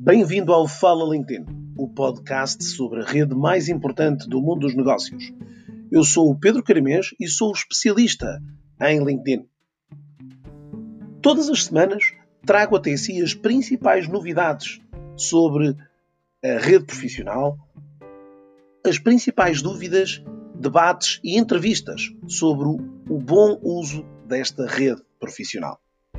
Bem-vindo ao Fala LinkedIn, o podcast sobre a rede mais importante do mundo dos negócios. Eu sou o Pedro Caramês e sou especialista em LinkedIn. Todas as semanas trago até si as principais novidades sobre a rede profissional, as principais dúvidas, debates e entrevistas sobre o bom uso desta rede profissional.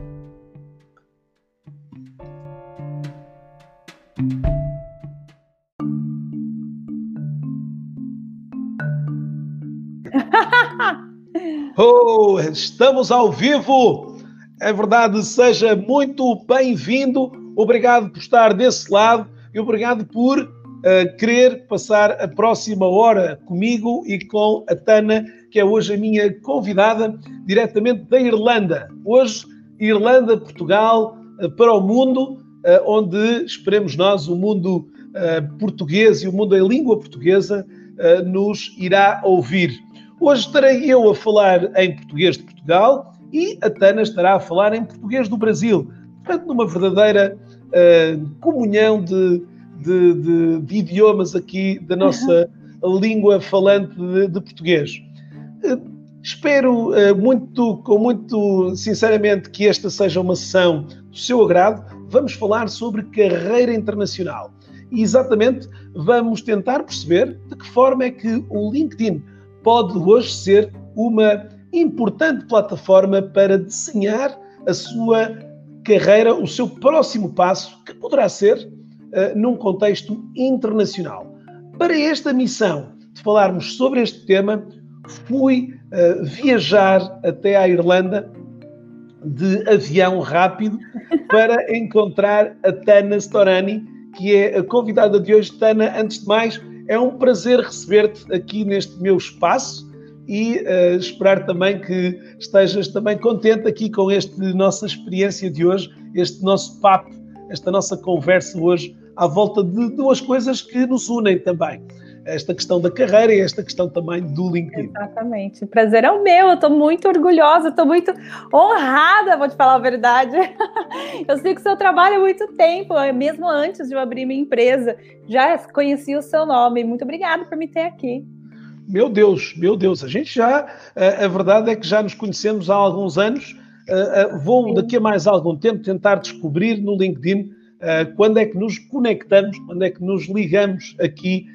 Estamos ao vivo! É verdade, seja muito bem-vindo. Obrigado por estar desse lado e obrigado por querer passar a próxima hora comigo e com a Tana, que é hoje a minha convidada, diretamente da Irlanda. Hoje, Irlanda, Portugal, para o mundo, onde esperemos nós, o mundo português e o mundo em língua portuguesa nos irá ouvir. Hoje estarei eu a falar em português de Portugal e a Tana estará a falar em português do Brasil. Portanto, numa verdadeira comunhão de idiomas aqui da nossa língua falante de português. Espero muito sinceramente que esta seja uma sessão do seu agrado. Vamos falar sobre carreira internacional e exatamente vamos tentar perceber de que forma é que o LinkedIn pode hoje ser uma importante plataforma para desenhar a sua carreira, o seu próximo passo, que poderá ser num contexto internacional. Para esta missão de falarmos sobre este tema, fui viajar até à Irlanda de avião rápido para encontrar a Tana Storani, que é a convidada de hoje. Tana, antes de mais, é um prazer receber-te aqui neste meu espaço e esperar também que estejas também contente aqui com esta nossa experiência de hoje, este nosso papo, esta nossa conversa hoje à volta de duas coisas que nos unem também. Esta questão da carreira e esta questão também do LinkedIn. Exatamente. O prazer é o meu, eu estou muito orgulhosa, estou muito honrada, vou te falar a verdade. Eu sigo o seu trabalho há muito tempo, mesmo antes de eu abrir minha empresa. Já conheci o seu nome. Muito obrigada por me ter aqui. Meu Deus, a gente já, a verdade é que já nos conhecemos há alguns anos. Vou daqui a mais algum tempo tentar descobrir no LinkedIn quando é que nos conectamos, quando é que nos ligamos aqui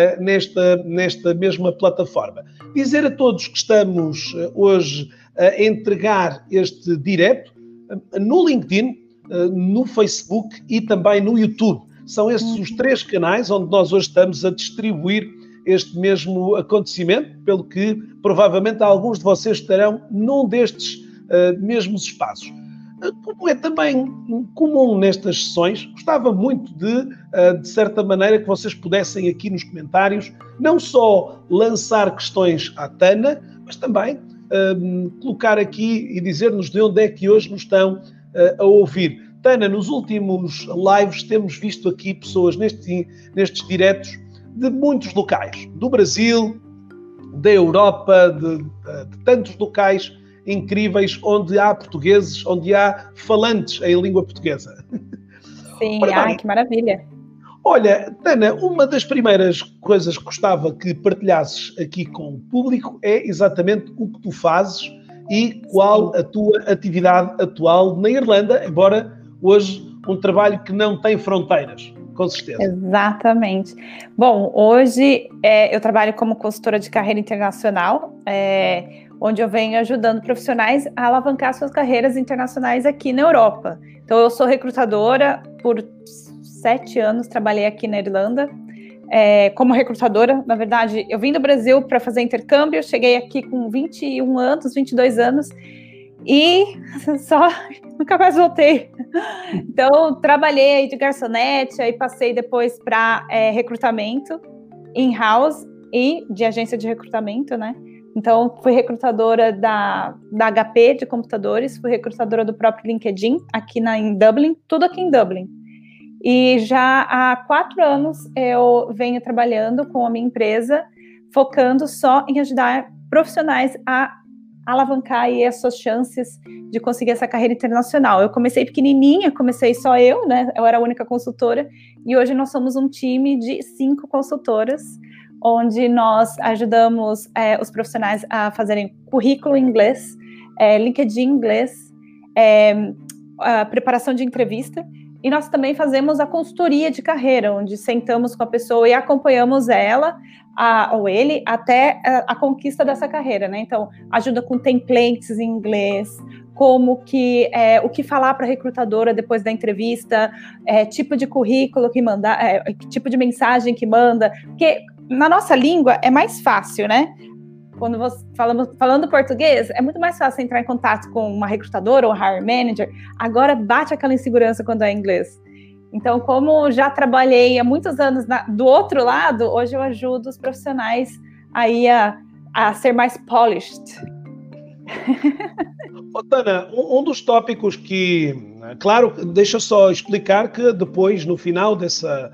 nesta mesma plataforma. Dizer a todos que estamos hoje a entregar este direto no LinkedIn, no Facebook e também no YouTube. São estes os três canais onde nós hoje estamos a distribuir este mesmo acontecimento, pelo que provavelmente alguns de vocês estarão num destes mesmos espaços. Como é também comum nestas sessões, gostava muito de certa maneira, que vocês pudessem aqui nos comentários não só lançar questões à Tana, mas também colocar aqui e dizer-nos de onde é que hoje nos estão a ouvir. Tana, nos últimos lives temos visto aqui pessoas nestes diretos de muitos locais, do Brasil, da Europa, de tantos locais incríveis, onde há portugueses, onde há falantes em língua portuguesa. Sim, que maravilha. Olha, Tana, uma das primeiras coisas que gostava que partilhasses aqui com o público é exatamente o que tu fazes e qual a tua atividade atual na Irlanda, embora hoje um trabalho que não tem fronteiras, com certeza. Exatamente. Bom, hoje eu trabalho como consultora de carreira internacional, onde eu venho ajudando profissionais a alavancar suas carreiras internacionais aqui na Europa. Então, eu sou recrutadora, por 7 anos trabalhei aqui na Irlanda, como recrutadora. Na verdade, eu vim do Brasil para fazer intercâmbio, cheguei aqui com 21 anos, 22 anos, e só nunca mais voltei. Então, trabalhei aí de garçonete, aí passei depois para recrutamento in-house e de agência de recrutamento, né? Então, fui recrutadora da HP de computadores, fui recrutadora do próprio LinkedIn aqui em Dublin, tudo aqui em Dublin. E já há 4 anos eu venho trabalhando com a minha empresa, focando só em ajudar profissionais a alavancar aí as suas chances de conseguir essa carreira internacional. Eu comecei pequenininha, comecei só eu, né? Eu era a única consultora, e hoje nós somos um time de 5 consultoras, onde nós ajudamos os profissionais a fazerem currículo em inglês, LinkedIn em inglês, a preparação de entrevista, e nós também fazemos a consultoria de carreira, onde sentamos com a pessoa e acompanhamos ela ou ele até a conquista dessa carreira, né? Então, ajuda com templates em inglês, como que o que falar para a recrutadora depois da entrevista, tipo de currículo que manda, tipo de mensagem que manda, porque na nossa língua é mais fácil, né? Quando você falando português, é muito mais fácil entrar em contato com uma recrutadora ou um hiring manager. Agora bate aquela insegurança quando é inglês. Então, como já trabalhei há muitos anos do outro lado, hoje eu ajudo os profissionais aí a ser mais polished. Tana, um dos tópicos que, claro, deixa só explicar que depois, no final dessa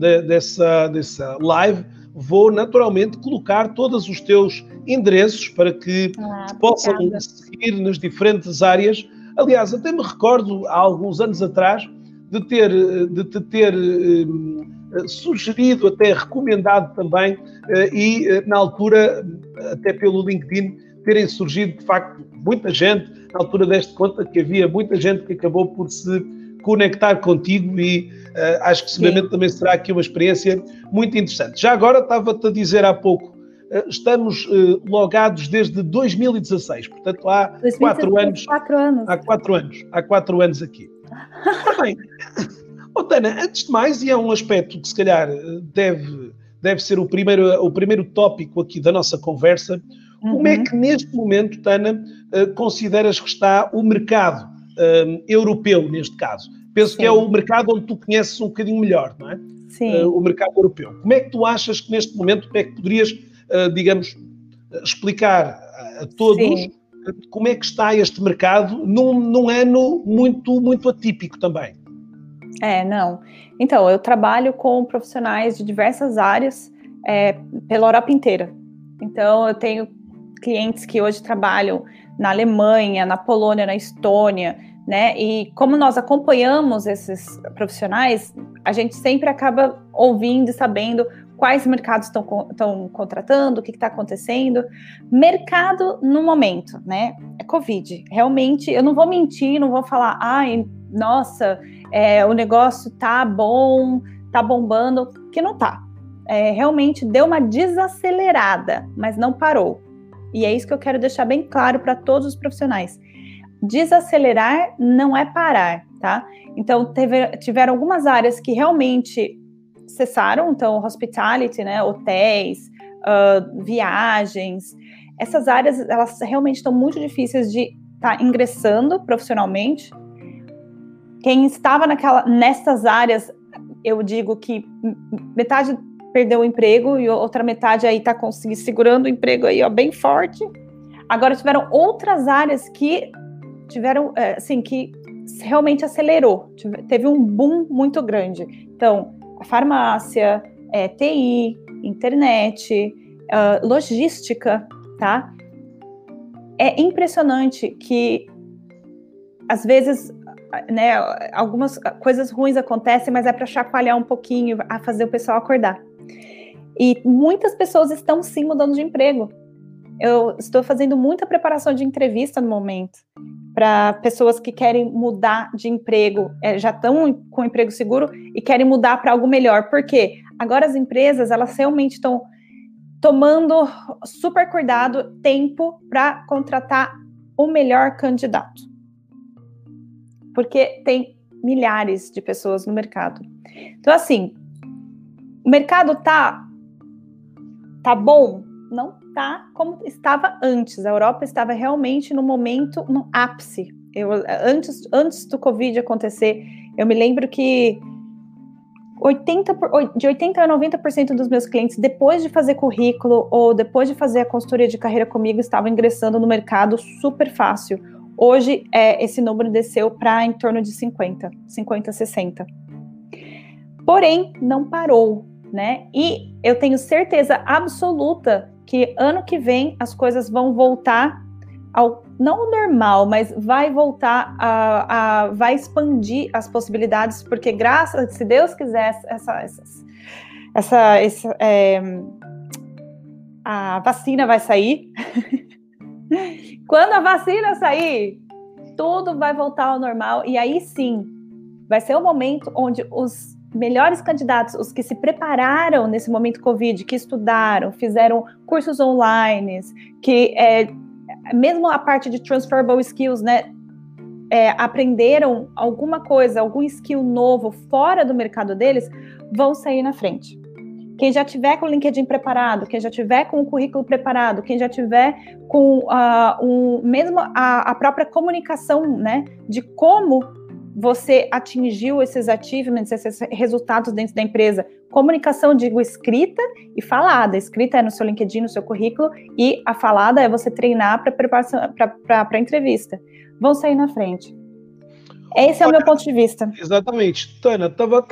live, vou naturalmente colocar todos os teus endereços para que te possam seguir nas diferentes áreas. Aliás, até me recordo, há alguns anos atrás, de te ter sugerido, até recomendado também, e na altura, até pelo LinkedIn, terem surgido, de facto, muita gente. Na altura deste conta que havia muita gente que acabou por se conectar contigo e acho que seguramente também será aqui uma experiência muito interessante. Já agora, estava-te a dizer há pouco, estamos logados desde 2016, portanto há 4 anos. Há 4 anos aqui. Bem, Tana, antes de mais, e é um aspecto que se calhar deve ser o primeiro tópico aqui da nossa conversa, como é que neste momento, Tana, consideras que está o mercado europeu, neste caso? Penso que é o mercado onde tu conheces um bocadinho melhor, não é? Sim. O mercado europeu. Como é que tu achas que neste momento, como é que poderias, digamos, explicar a todos como é que está este mercado num ano muito, muito atípico também? Não. Então, eu trabalho com profissionais de diversas áreas pela Europa inteira. Então, eu tenho clientes que hoje trabalham na Alemanha, na Polônia, na Estônia, né? E como nós acompanhamos esses profissionais, a gente sempre acaba ouvindo e sabendo quais mercados estão contratando, o que está acontecendo. Mercado no momento, né? É Covid. Realmente, eu não vou mentir, não vou falar, nossa, o negócio tá bom, tá bombando, que não tá. Realmente deu uma desacelerada, mas não parou. E é isso que eu quero deixar bem claro para todos os profissionais. Desacelerar não é parar, tá? Então, tiveram algumas áreas que realmente cessaram, então, hospitality, né, hotéis, viagens. Essas áreas, elas realmente estão muito difíceis de estar ingressando profissionalmente. Quem estava nessas áreas, eu digo que metade perdeu o emprego e outra metade aí está segurando o emprego aí, ó, bem forte. Agora tiveram outras áreas que tiveram, que realmente acelerou. Teve um boom muito grande. Então, a farmácia, TI, internet, logística, tá? É impressionante que, às vezes, né, algumas coisas ruins acontecem, mas é para chacoalhar um pouquinho, a fazer o pessoal acordar. E muitas pessoas estão sim mudando de emprego. Eu estou fazendo muita preparação de entrevista no momento para pessoas que querem mudar de emprego, já estão com emprego seguro e querem mudar para algo melhor. Por quê? Agora as empresas, elas realmente estão tomando super cuidado, tempo para contratar o melhor candidato. Porque tem milhares de pessoas no mercado. Então, assim, o mercado tá bom? Não tá como estava antes. A Europa estava realmente no momento, no ápice. Antes do Covid acontecer, eu me lembro que de 80% a 90% dos meus clientes, depois de fazer currículo ou depois de fazer a consultoria de carreira comigo, estavam ingressando no mercado super fácil. Hoje, esse número desceu para em torno de 50, 60. Porém, não parou, né? E eu tenho certeza absoluta que ano que vem as coisas vão voltar não ao normal, mas vai voltar vai expandir as possibilidades, porque se Deus quiser, a vacina vai sair. Quando a vacina sair, tudo vai voltar ao normal, e aí sim, vai ser o momento onde os melhores candidatos, os que se prepararam nesse momento Covid, que estudaram, fizeram cursos online, que mesmo a parte de transferable skills, né, aprenderam alguma coisa, algum skill novo fora do mercado deles, vão sair na frente. Quem já tiver com o LinkedIn preparado, quem já tiver com o currículo preparado, quem já tiver com mesmo a própria comunicação, né, de como você atingiu esses achievements, esses resultados dentro da empresa. Comunicação, digo, escrita e falada. Escrita é no seu LinkedIn, no seu currículo, e a falada é você treinar para preparação para a entrevista. Vão sair na frente. Esse é o meu ponto de vista. Exatamente. Tânia,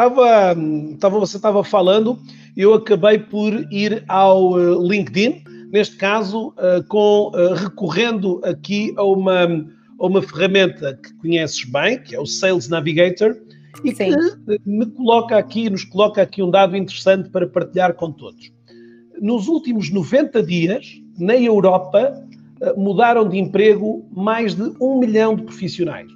você estava falando, eu acabei por ir ao LinkedIn, neste caso, recorrendo aqui a uma ferramenta que conheces bem, que é o Sales Navigator, e Sim. que nos coloca aqui um dado interessante para partilhar com todos. Nos últimos 90 dias, na Europa, mudaram de emprego mais de 1 milhão de profissionais.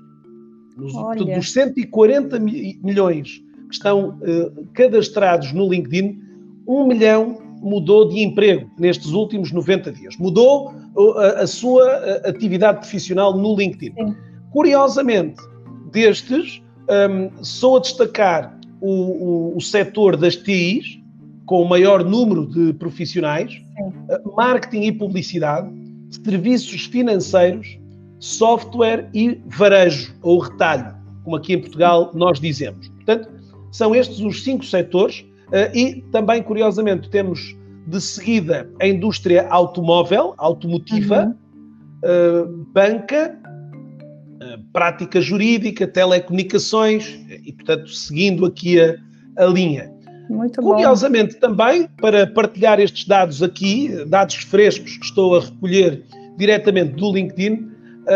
Dos 140 milhões que estão cadastrados no LinkedIn, 1 milhão mudou de emprego nestes últimos 90 dias. Mudou a sua atividade profissional no LinkedIn. Sim. Curiosamente, destes, sou a destacar o setor das TIs, com o maior número de profissionais, marketing e publicidade, serviços financeiros, software e varejo, ou retalho, como aqui em Portugal nós dizemos. Portanto, são estes os 5 setores e também, curiosamente, temos de seguida a indústria automotiva, banca, prática jurídica, telecomunicações e, portanto, seguindo aqui a linha. Muito Curiosamente bom. Também, para partilhar estes dados aqui, dados frescos que estou a recolher diretamente do LinkedIn,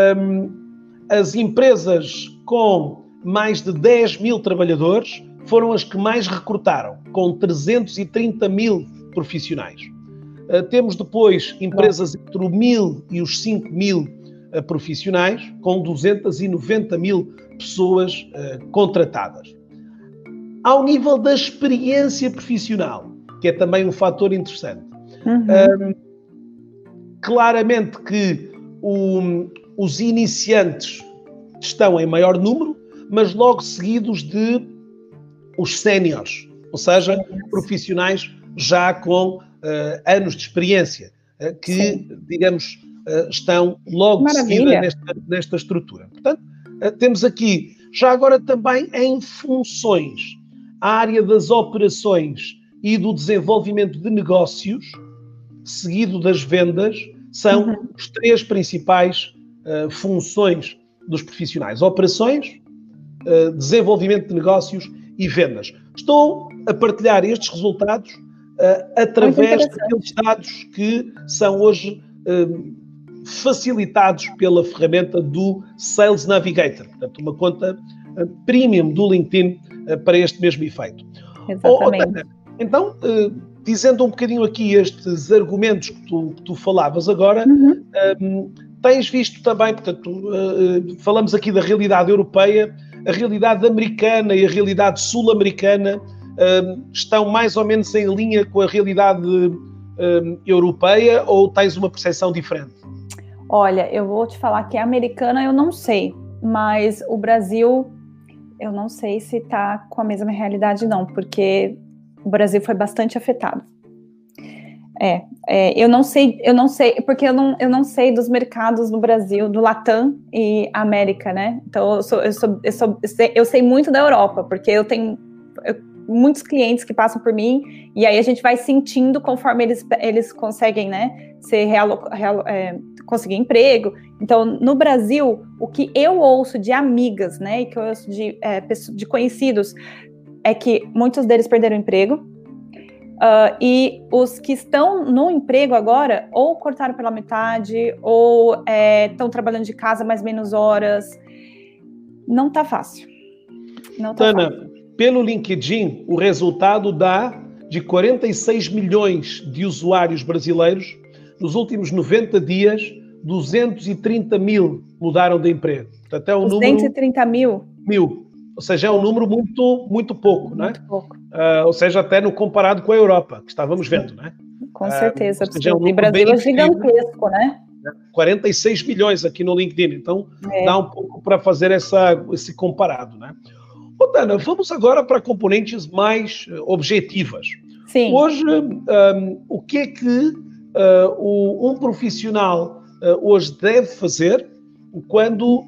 as empresas com mais de 10 mil trabalhadores foram as que mais recrutaram, com 330 mil profissionais. Temos depois empresas entre o 1.000 e os 5.000 profissionais, com 290 mil pessoas contratadas. Ao nível da experiência profissional, que é também um fator interessante, claramente que os iniciantes estão em maior número, mas logo seguidos de os séniores, ou seja, profissionais já com anos de experiência, que, digamos, estão logo de seguida nesta estrutura. Portanto, temos aqui, já agora também em funções, a área das operações e do desenvolvimento de negócios, seguido das vendas, são os 3 principais funções dos profissionais. Operações, desenvolvimento de negócios e vendas. Estou a partilhar estes resultados através daqueles dados que são hoje facilitados pela ferramenta do Sales Navigator. Portanto, uma conta premium do LinkedIn para este mesmo efeito. Exatamente. Então, dizendo um bocadinho aqui estes argumentos que tu falavas agora, tens visto também, portanto, falamos aqui da realidade europeia, a realidade americana e a realidade sul-americana estão mais ou menos em linha com a realidade europeia, ou tens uma percepção diferente? Olha, eu vou te falar que a americana eu não sei, mas o Brasil eu não sei se está com a mesma realidade não, porque o Brasil foi bastante afetado. Eu não sei, porque eu não sei dos mercados no Brasil, do Latam e América, né? Então eu sei muito da Europa, porque eu tenho muitos clientes que passam por mim, e aí a gente vai sentindo conforme eles conseguem, né, conseguir emprego. Então, no Brasil, o que eu ouço de amigas, né, e que eu ouço de conhecidos, é que muitos deles perderam emprego, E os que estão no emprego agora, ou cortaram pela metade, ou estão trabalhando de casa mais menos horas. Não está fácil. Tana, pelo LinkedIn, o resultado dá de 46 milhões de usuários brasileiros. Nos últimos 90 dias, 230 mil mudaram de emprego. Portanto, é um 230 número... mil. Ou seja, é um número muito, muito pouco, não é? Muito pouco. Ou seja, até no comparado com a Europa, que estávamos vendo, não é? Com certeza. Seja, é um e Brasil é gigantesco, né? 46 milhões aqui no LinkedIn, então dá um pouco para fazer esse comparado, né? Ô, Tana, vamos agora para componentes mais objetivas. Sim. Hoje, o que é que um profissional hoje deve fazer quando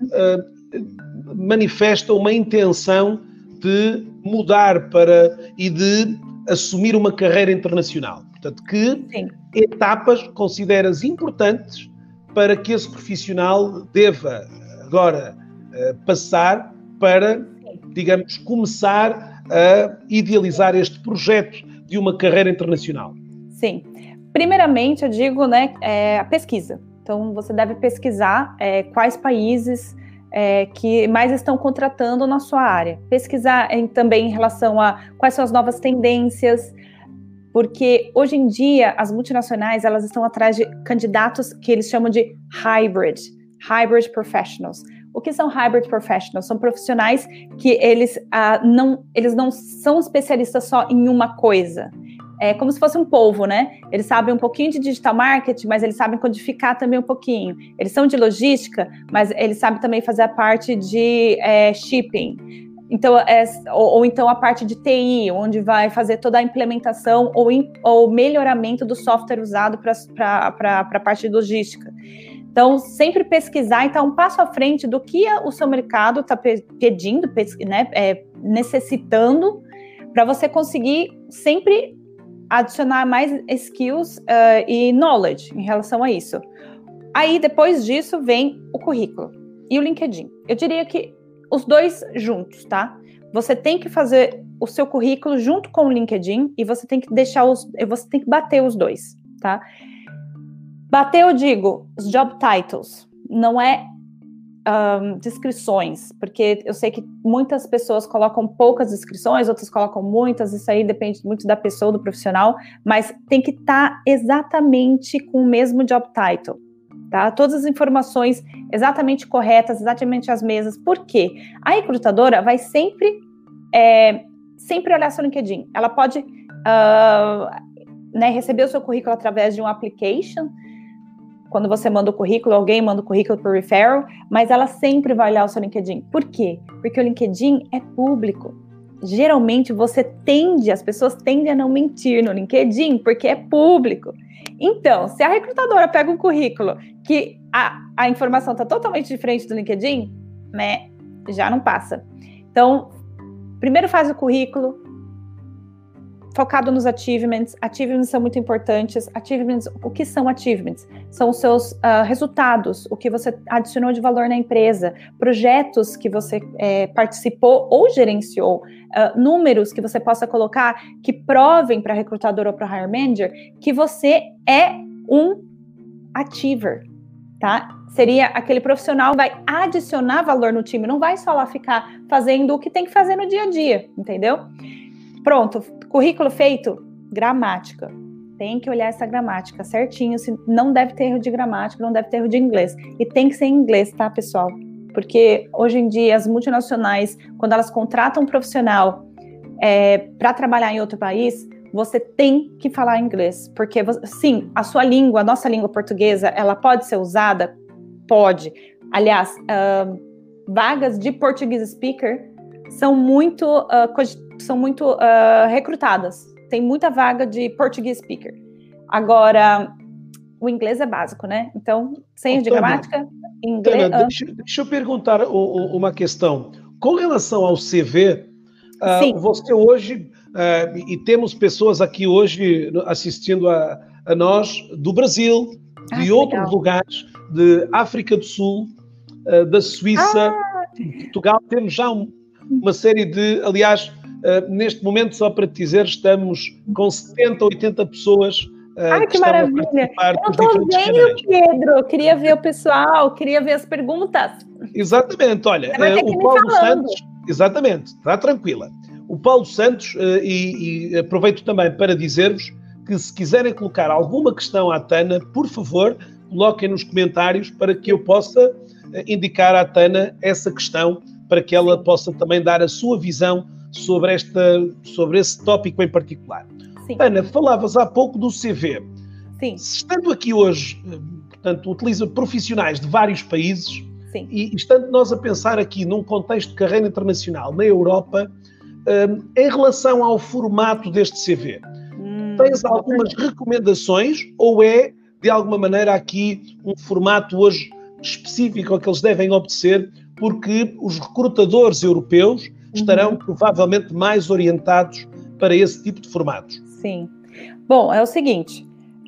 manifesta uma intenção de mudar e de assumir uma carreira internacional? Portanto, que etapas consideras importantes para que esse profissional deva agora passar para, digamos, começar a idealizar este projeto de uma carreira internacional? Sim. Primeiramente, eu digo, né, a pesquisa. Então, você deve pesquisar quais países que mais estão contratando na sua área. Pesquisar também em relação a quais são as novas tendências, porque hoje em dia as multinacionais elas estão atrás de candidatos que eles chamam de hybrid professionals. O que são hybrid professionals? São profissionais que eles não são especialistas só em uma coisa. É como se fosse um polvo, né? Eles sabem um pouquinho de digital marketing, mas eles sabem codificar também um pouquinho. Eles são de logística, mas eles sabem também fazer a parte de shipping. Então, ou então a parte de TI, onde vai fazer toda a implementação ou melhoramento do software usado para a parte de logística. Então, sempre pesquisar e estar um passo à frente do que o seu mercado está pedindo, né, necessitando, para você conseguir sempre adicionar mais skills e knowledge em relação a isso. Aí, depois disso, vem o currículo e o LinkedIn. Eu diria que os dois juntos, tá? Você tem que fazer o seu currículo junto com o LinkedIn e você tem que você tem que bater os dois, tá? Bater, eu digo, os job titles, não é descrições, porque eu sei que muitas pessoas colocam poucas descrições, outras colocam muitas, isso aí depende muito da pessoa, do profissional, mas tem que estar exatamente com o mesmo job title, tá? Todas as informações exatamente corretas, exatamente as mesmas. Por quê? A recrutadora vai sempre olhar seu LinkedIn. Ela pode receber o seu currículo através de um application. Quando você manda o currículo, alguém manda o currículo por referral, mas ela sempre vai olhar o seu LinkedIn. Por quê? Porque o LinkedIn é público. Geralmente as pessoas tendem a não mentir no LinkedIn, porque é público. Então, se a recrutadora pega um currículo que a informação está totalmente diferente do LinkedIn, né, já não passa. Então, primeiro faz o currículo, focado nos achievements. Achievements são muito importantes. Achievements, o que são achievements? São os seus resultados, o que você adicionou de valor na empresa, projetos que você participou ou gerenciou, números que você possa colocar que provem para a recrutadora ou para o hiring manager que você é um achiever, tá? Seria aquele profissional que vai adicionar valor no time, não vai só lá ficar fazendo o que tem que fazer no dia a dia, entendeu? Pronto, currículo feito, gramática. Tem que olhar essa gramática certinho, não deve ter erro de gramática, não deve ter erro de inglês. E tem que ser em inglês, tá, pessoal? Porque hoje em dia as multinacionais, quando elas contratam um profissional para trabalhar em outro país, você tem que falar inglês. Porque, sim, a sua língua, a nossa língua portuguesa, ela pode ser usada? Pode. Aliás, vagas de Portuguese speaker são muito recrutadas. Tem muita vaga de Portuguese speaker. Agora, o inglês é básico, né? Então, sem erro de gramática, inglês... Tana, deixa eu perguntar uma questão. Com relação ao CV, você hoje, e temos pessoas aqui hoje assistindo a nós, do Brasil, de outros lugares, de África do Sul, da Suíça, de Portugal, temos já uma série de, aliás, Neste momento, só para te dizer, estamos com 70, 80 pessoas Ai, que maravilha! Eu estou vendo, Pedro. Eu queria ver o pessoal, queria ver as perguntas. Exatamente, olha, Você vai ter que o me Paulo falando. Santos, exatamente, está tranquila. O Paulo Santos, e aproveito também para dizer-vos que se quiserem colocar alguma questão à Tana, por favor, coloquem nos comentários para que eu possa indicar à Tana essa questão, para que ela possa também dar a sua visão sobre esse tópico em particular. Sim. Tana, falavas há pouco do CV. Sim. Estando aqui hoje, portanto, utiliza profissionais de vários países. Sim. E estando nós a pensar aqui num contexto de carreira internacional na Europa, em relação ao formato deste CV, tens algumas recomendações ou é, de alguma maneira, aqui um formato hoje específico a que eles devem obedecer, porque os recrutadores europeus estarão provavelmente mais orientados para esse tipo de formatos? Sim. Bom, é o seguinte,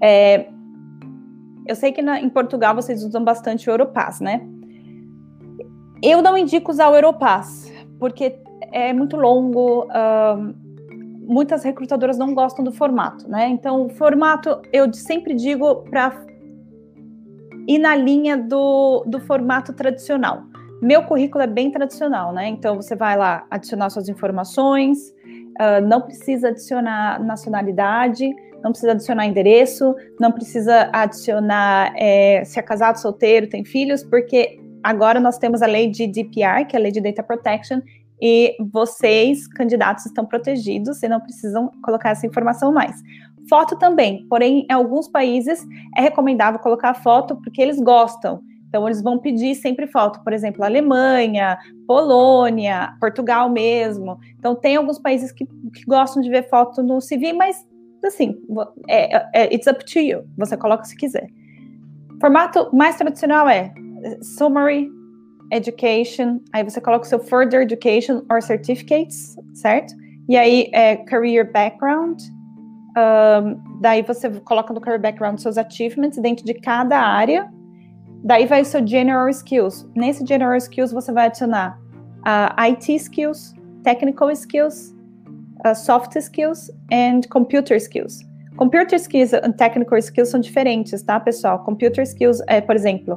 eu sei que em Portugal vocês usam bastante o Europass, né? Eu não indico usar o Europass, porque é muito longo, muitas recrutadoras não gostam do formato, né? Então, o formato, eu sempre digo para ir na linha do formato tradicional. Meu currículo é bem tradicional, né? Então, você vai lá adicionar suas informações, não precisa adicionar nacionalidade, não precisa adicionar endereço, não precisa adicionar se é casado, solteiro, tem filhos, porque agora nós temos a lei de DPR, que é a lei de Data Protection, e vocês, candidatos, estão protegidos e não precisam colocar essa informação mais. Foto também, porém, em alguns países é recomendável colocar foto porque eles gostam. Então, eles vão pedir sempre foto, por exemplo, Alemanha, Polônia, Portugal mesmo. Então, tem alguns países que gostam de ver foto no CV, mas, assim, it's up to you. Você coloca se quiser. Formato mais tradicional é Summary, Education, aí você coloca o seu Further Education or Certificates, certo? E aí, Career Background, daí você coloca no Career Background seus achievements dentro de cada área. Daí vai o seu General Skills. Nesse General Skills você vai adicionar IT Skills, Technical Skills, Soft Skills and Computer Skills. Computer Skills e Technical Skills são diferentes, tá, pessoal? Computer Skills por exemplo,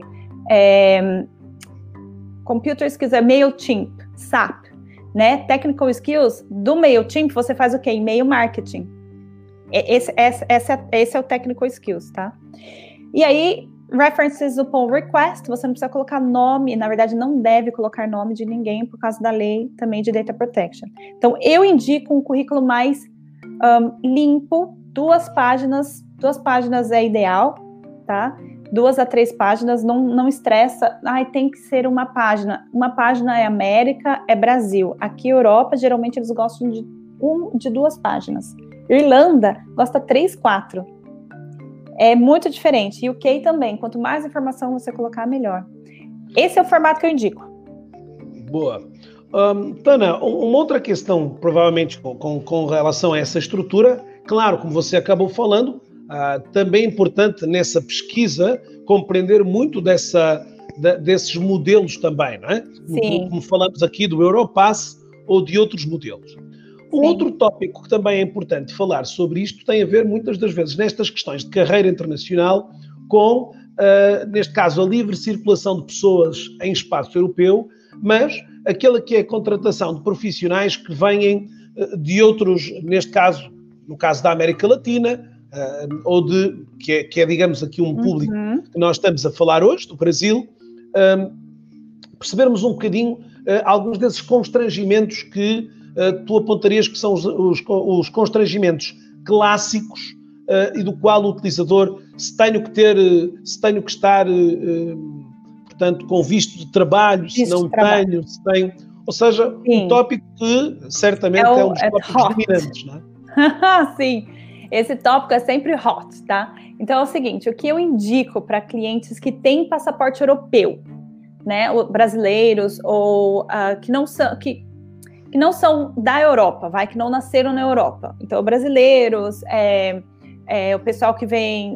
Computer Skills é MailChimp, SAP, né? Technical Skills, do MailChimp você faz o quê? E-mail Marketing. Esse é o Technical Skills, tá? E aí, References upon request, você não precisa colocar nome, na verdade não deve colocar nome de ninguém por causa da lei também de Data Protection. Então, eu indico um currículo mais limpo, 2 páginas é ideal, tá? 2 a 3 páginas, não estressa, tem que ser uma página é América, é Brasil. Aqui, Europa, geralmente eles gostam de 2 páginas. Irlanda gosta 3, 4. É muito diferente. E o UK também. Quanto mais informação você colocar, melhor. Esse é o formato que eu indico. Boa. Tana, uma outra questão, provavelmente com relação a essa estrutura, claro, como você acabou falando, também é importante nessa pesquisa compreender muito desses modelos também, não é? Sim. Como falamos aqui do Europass ou de outros modelos. Outro tópico que também é importante falar sobre isto tem a ver, muitas das vezes, nestas questões de carreira internacional, com, neste caso, a livre circulação de pessoas em espaço europeu, mas aquela que é a contratação de profissionais que vêm de outros, neste caso, no caso da América Latina, ou que é, digamos, aqui um público que nós estamos a falar hoje, do Brasil, percebermos um bocadinho alguns desses constrangimentos que tu apontarias que são os constrangimentos clássicos e do qual o utilizador, se tenho que estar, portanto, com visto de trabalho, se não tenho, se tenho... Ou seja, um tópico que certamente é um dos tópicos dominantes, não é? Sim, esse tópico é sempre hot, tá? Então é o seguinte, o que eu indico para clientes que têm passaporte europeu, né, brasileiros ou que não são da Europa, que não nasceram na Europa. Então, brasileiros, o pessoal que vem...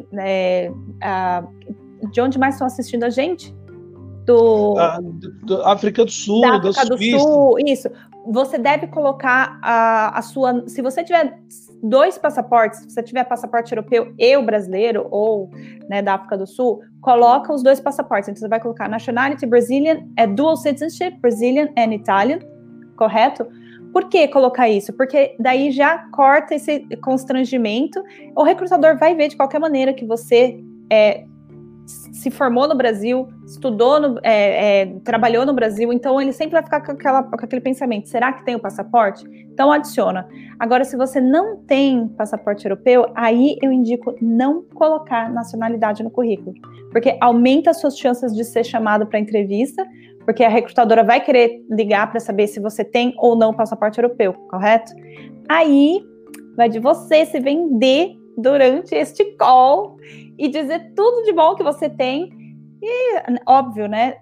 de onde mais estão assistindo a gente? Da África do Sul, da África do Sul, isso. você deve colocar a sua... Se você tiver 2 passaportes, se você tiver passaporte europeu e o brasileiro, ou, né, da África do Sul, coloca os 2 passaportes. Então, você vai colocar nationality Brazilian, dual citizenship, Brazilian and Italian, correto? Por que colocar isso? Porque daí já corta esse constrangimento. O recrutador vai ver de qualquer maneira que você se formou no Brasil, estudou, trabalhou no Brasil, então ele sempre vai ficar com aquele pensamento, será que tem o passaporte? Então adiciona. Agora, se você não tem passaporte europeu, aí eu indico não colocar nacionalidade no currículo, porque aumenta as suas chances de ser chamado para entrevista, porque a recrutadora vai querer ligar para saber se você tem ou não passaporte europeu, correto? Aí vai de você se vender durante este call e dizer tudo de bom que você tem e, óbvio, né,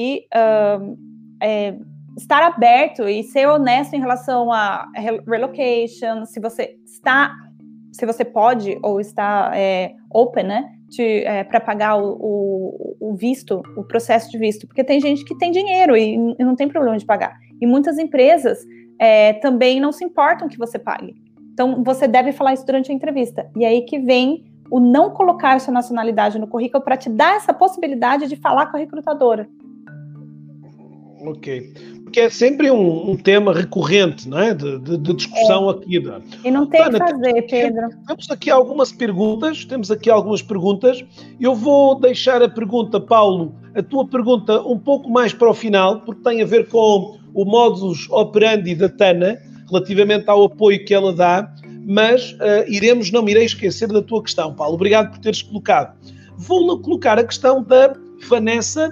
estar aberto e ser honesto em relação a relocation, se você pode ou está open, né, para pagar o visto, o processo de visto, porque tem gente que tem dinheiro e não tem problema de pagar. E muitas empresas também não se importam que você pague. Então, você deve falar isso durante a entrevista. E aí que vem o não colocar sua nacionalidade no currículo para te dar essa possibilidade de falar com a recrutadora. Ok. Porque é sempre um tema recorrente, não é? De discussão aqui. E não tem o que fazer, Pedro. Temos aqui algumas perguntas. Eu vou deixar a pergunta, Paulo, a tua pergunta um pouco mais para o final, porque tem a ver com o modus operandi da Tana, relativamente ao apoio que ela dá, mas não me irei esquecer da tua questão, Paulo. Obrigado por teres colocado. Vou colocar a questão da Vanessa,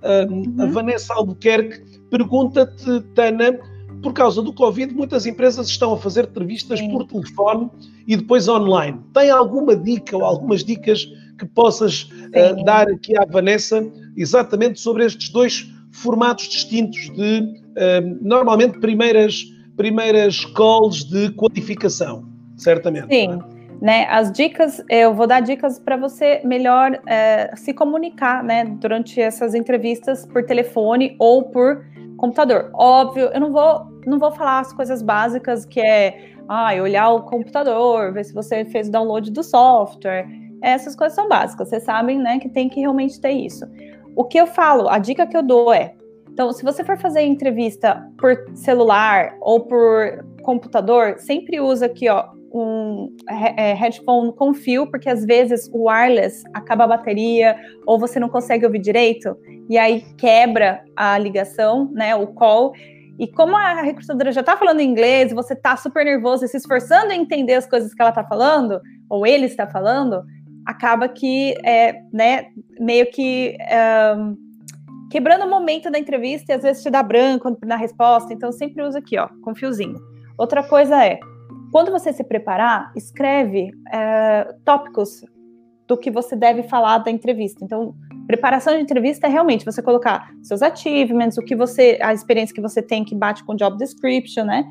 a Vanessa Albuquerque, pergunta-te, Tana, por causa do Covid, muitas empresas estão a fazer entrevistas por telefone e depois online. Tem alguma dica ou algumas dicas que possas dar aqui à Vanessa, exatamente sobre estes 2 formatos distintos de, normalmente, primeiras calls de qualificação, certamente. Sim, né? As dicas, eu vou dar dicas para você melhor se comunicar, né, durante essas entrevistas por telefone ou por computador. Óbvio, eu não vou falar as coisas básicas que olhar o computador, ver se você fez o download do software. Essas coisas são básicas, vocês sabem, né, que tem que realmente ter isso. O que eu falo, a dica que eu dou então, se você for fazer entrevista por celular ou por computador, sempre usa aqui, um headphone com fio, porque às vezes o wireless acaba a bateria ou você não consegue ouvir direito e aí quebra a ligação, né, o call. E como a recrutadora já está falando inglês e você está super nervoso e se esforçando em entender as coisas que ela está falando, ou ele está falando, acaba que, né, meio que quebrando o momento da entrevista e às vezes te dá branco na resposta. Então, sempre usa aqui, com fiozinho. Outra coisa quando você se preparar, escreve tópicos do que você deve falar da entrevista. Então, preparação de entrevista é realmente você colocar seus achievements, a experiência que você tem que bate com o job description, né?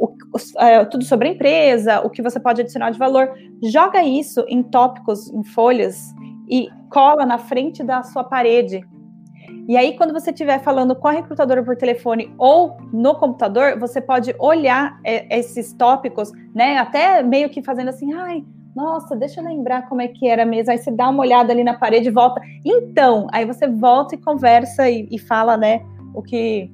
Tudo sobre a empresa, o que você pode adicionar de valor. Joga isso em tópicos, em folhas e cola na frente da sua parede. E aí, quando você estiver falando com a recrutadora por telefone ou no computador, você pode olhar esses tópicos, né? Até meio que fazendo assim, nossa, deixa eu lembrar como é que era mesmo. Aí você dá uma olhada ali na parede e volta. Então, aí você volta e conversa e fala, né, o que...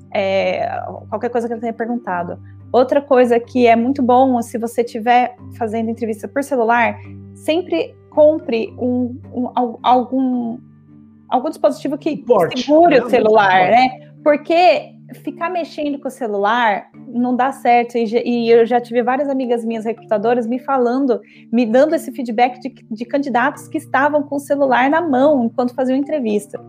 qualquer coisa que ele tenha perguntado. Outra coisa que é muito bom, se você estiver fazendo entrevista por celular, sempre compre algum dispositivo que segure o celular, né? Porque ficar mexendo com o celular não dá certo. E eu já tive várias amigas minhas recrutadoras me dando esse feedback de candidatos que estavam com o celular na mão enquanto faziam entrevista.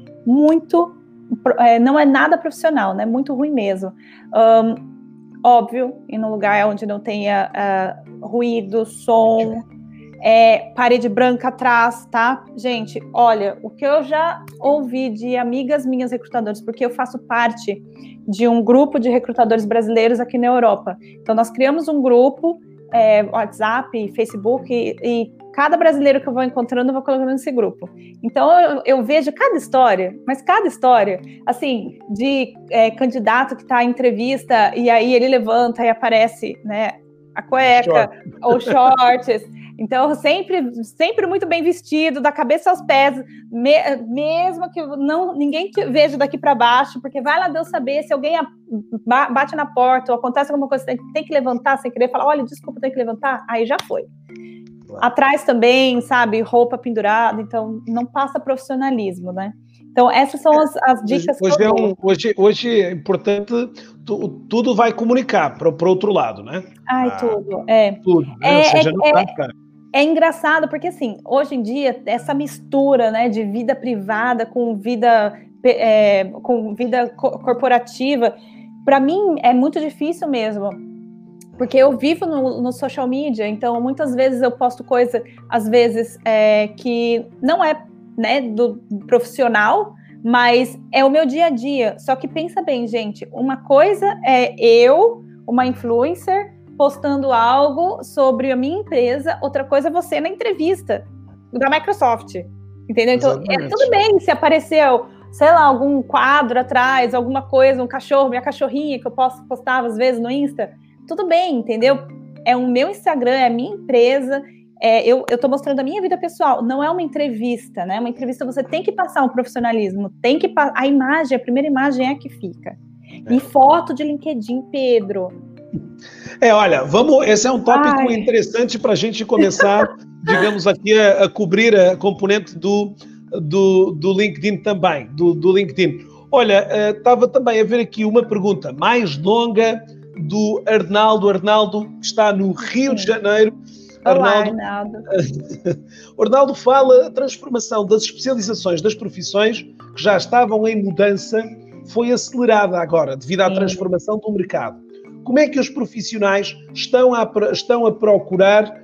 Não é nada profissional, né? Muito ruim mesmo. Óbvio, em um lugar onde não tenha ruído, som... parede branca atrás, tá? Gente, olha, o que eu já ouvi de amigas minhas recrutadoras, porque eu faço parte de um grupo de recrutadores brasileiros aqui na Europa. Então, nós criamos um grupo WhatsApp, Facebook, e cada brasileiro que eu vou encontrando, eu vou colocando nesse grupo. Então, eu vejo cada história, assim, de candidato que está em entrevista, e aí ele levanta e aparece, né, a cueca, ou shorts. Então, sempre muito bem vestido, da cabeça aos pés, mesmo que ninguém te veja daqui para baixo, porque vai lá Deus saber se alguém bate na porta ou acontece alguma coisa, tem que levantar sem querer, falar, olha, desculpa, tem que levantar, aí já foi. Claro. Atrás também, sabe, roupa pendurada, então não passa profissionalismo, né? Então, essas são as dicas que eu dou. Hoje é importante, tudo vai comunicar para o outro lado, né? Tudo. Tudo, né? Ou seja, não dá, cara. É engraçado, porque assim, hoje em dia, essa mistura, né, de vida privada com vida corporativa, para mim é muito difícil mesmo, porque eu vivo no social media, então muitas vezes eu posto coisa, às vezes, que não é, né, do profissional, mas é o meu dia a dia. Só que pensa bem, gente, uma coisa é eu, uma influencer, postando algo sobre a minha empresa, outra coisa é você na entrevista da Microsoft, entendeu? Então, tudo bem se apareceu, sei lá, algum quadro atrás, alguma coisa, um cachorro, minha cachorrinha, que eu postava às vezes no Insta, tudo bem, entendeu? É o meu Instagram, é a minha empresa, eu tô mostrando a minha vida pessoal, não é uma entrevista, né? Uma entrevista você tem que passar um profissionalismo, a imagem, a primeira imagem é a que fica. E foto de LinkedIn, Pedro. Olha, esse é um tópico interessante para a gente começar, digamos aqui, a cobrir a componente do LinkedIn também, do LinkedIn. Olha, estava também a ver aqui uma pergunta mais longa do Arnaldo. Arnaldo está no Rio de Janeiro. Olá, Arnaldo. O Arnaldo fala a transformação das especializações das profissões que já estavam em mudança foi acelerada agora devido à transformação do mercado. Como é que os profissionais estão à procura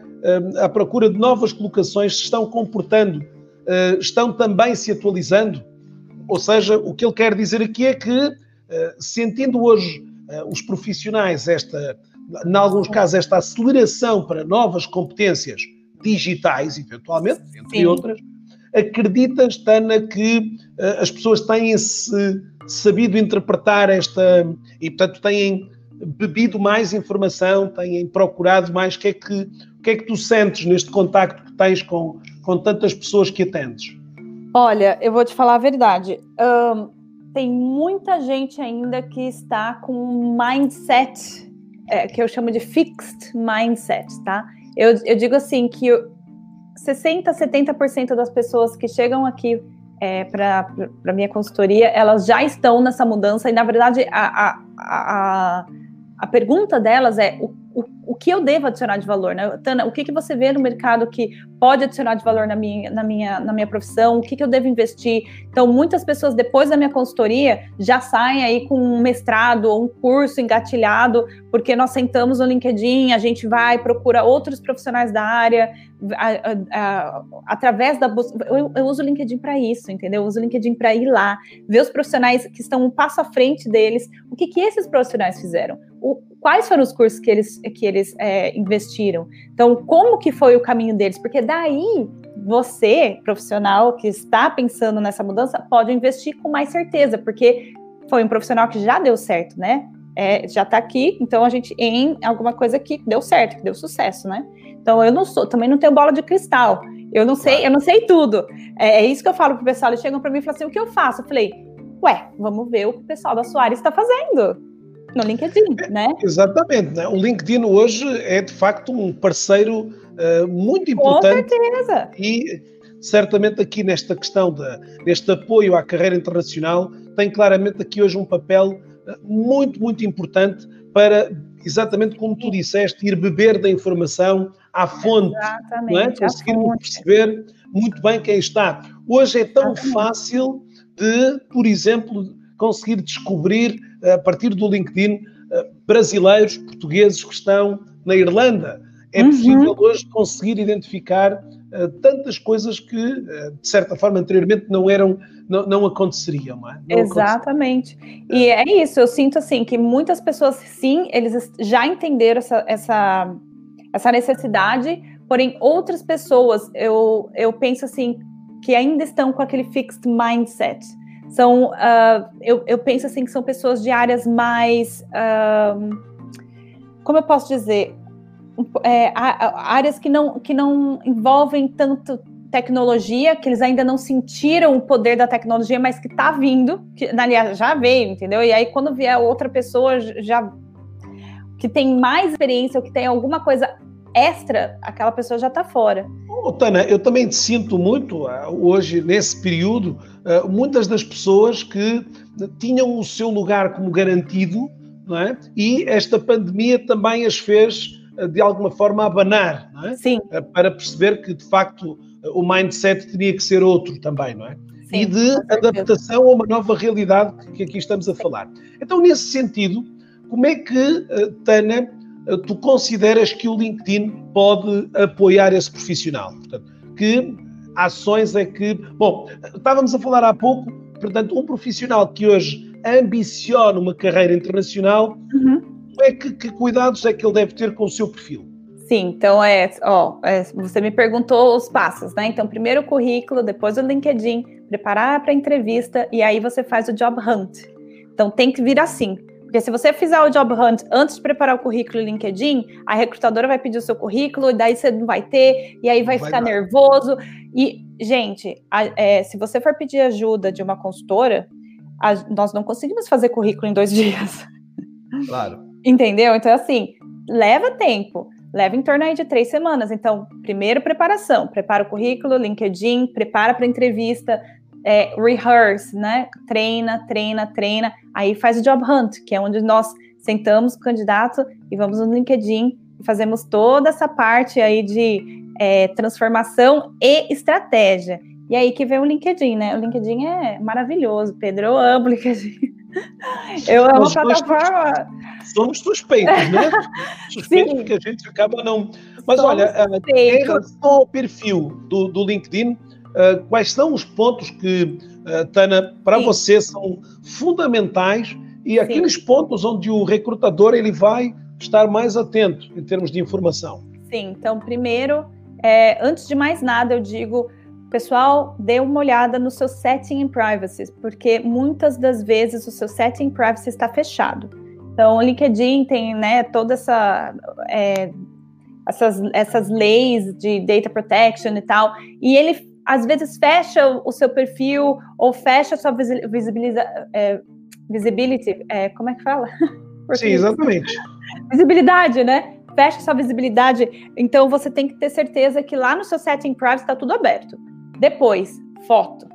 de novas colocações, se estão comportando, estão também se atualizando? Ou seja, o que ele quer dizer aqui é que, sentindo hoje os profissionais em alguns casos, esta aceleração para novas competências digitais, eventualmente, entre outras, acreditas, Tana, que as pessoas têm-se sabido interpretar e, portanto, têm bebido mais informação, têm procurado mais? O que é que tu sentes neste contacto que tens com tantas pessoas que atendes? Olha, eu vou te falar a verdade. Tem muita gente ainda que está com um mindset, que eu chamo de fixed mindset, tá? Eu digo assim, que 60%, 70% das pessoas que chegam aqui para a minha consultoria, elas já estão nessa mudança, e na verdade a pergunta delas é o que eu devo adicionar de valor, né? Tana, o que você vê no mercado que pode adicionar de valor na minha profissão? O que eu devo investir? Então, muitas pessoas, depois da minha consultoria, já saem aí com um mestrado ou um curso engatilhado, porque nós sentamos no LinkedIn, a gente vai, procura outros profissionais da área, através da busca. Eu uso o LinkedIn para isso, entendeu? Eu uso o LinkedIn para ir lá, ver os profissionais que estão um passo à frente deles, o que esses profissionais fizeram, quais foram os cursos que eles investiram, então como que foi o caminho deles, porque daí você, profissional que está pensando nessa mudança, pode investir com mais certeza, porque foi um profissional que já deu certo, né? Já está aqui, então a gente em alguma coisa que deu certo, que deu sucesso, né? Então também não tenho bola de cristal, eu não sei tudo. É isso que eu falo pro pessoal, eles chegam para mim e falam assim, o que eu faço? Eu falei, vamos ver o que o pessoal da sua área está fazendo no LinkedIn, né? Exatamente, né? O LinkedIn hoje é de facto um parceiro muito importante. Com certeza. E certamente aqui nesta questão deste apoio à carreira internacional tem claramente aqui hoje um papel muito, muito importante para, exatamente como tu disseste, ir beber da informação à fonte, não é? Conseguirmos perceber muito bem quem está. Hoje é tão fácil de, por exemplo, conseguir descobrir, a partir do LinkedIn, brasileiros, portugueses que estão na Irlanda. É possível hoje conseguir identificar tantas coisas que, de certa forma, anteriormente não aconteceriam. Não é? Exatamente. E é isso, eu sinto assim, que muitas pessoas, sim, eles já entenderam essa necessidade, porém outras pessoas, eu penso assim, que ainda estão com aquele fixed mindset. Eu penso assim que são pessoas de áreas mais, como eu posso dizer, áreas que não envolvem tanto tecnologia, que eles ainda não sentiram o poder da tecnologia, mas que está vindo, aliás, já veio, entendeu? E aí, quando vier outra pessoa que tem mais experiência, ou que tem alguma coisa extra, aquela pessoa já está fora. Tana, eu também sinto muito, hoje, nesse período, muitas das pessoas que tinham o seu lugar como garantido, não é? E esta pandemia também as fez, de alguma forma, abanar, não é? Sim. Para perceber que, de facto, o mindset teria que ser outro também, não é? Sim, e de adaptação a uma nova realidade que aqui estamos a falar. Então, nesse sentido, como é que, Tana, tu consideras que o LinkedIn pode apoiar esse profissional? Portanto, que ações é que... Bom, estávamos a falar há pouco, portanto, um profissional que hoje ambiciona uma carreira internacional, que cuidados é que ele deve ter com o seu perfil? Sim, então você me perguntou os passos, né? Então, primeiro o currículo, depois o LinkedIn, preparar para a entrevista e aí você faz o job hunt. Então, tem que vir assim. Porque se você fizer o job hunt antes de preparar o currículo e o LinkedIn, a recrutadora vai pedir o seu currículo, e daí você não vai ter, e aí vai ficar nervoso. E, gente, se você for pedir ajuda de uma consultora, nós não conseguimos fazer currículo em 2 dias. Claro. Entendeu? Então, assim, leva tempo. Leva em torno aí de 3 semanas. Então, primeiro preparação. Prepara o currículo, LinkedIn, prepara para a entrevista, rehearse, né? Treina. Aí faz o job hunt, que é onde nós sentamos com o candidato e vamos no LinkedIn e fazemos toda essa parte aí de transformação e estratégia. E aí que vem o LinkedIn, né? O LinkedIn é maravilhoso, Pedro. Eu amo o LinkedIn. Eu amo a plataforma. Somos suspeitos, né? Suspeitos porque a gente acaba não... Mas olha, em relação ao perfil do LinkedIn, quais são os pontos que, Tana, para você são fundamentais e aqueles pontos onde o recrutador ele vai estar mais atento em termos de informação? Sim, então primeiro, antes de mais nada, eu digo, pessoal, dê uma olhada no seu setting in privacy, porque muitas das vezes o seu setting in privacy está fechado. Então, o LinkedIn tem, né, toda essas leis de data protection e tal, e ele às vezes fecha o seu perfil ou fecha a sua visibility, como é que fala? Sim, exatamente. Visibilidade, né? Fecha sua visibilidade. Então, você tem que ter certeza que lá no seu setting privacy está tudo aberto. Depois, foto.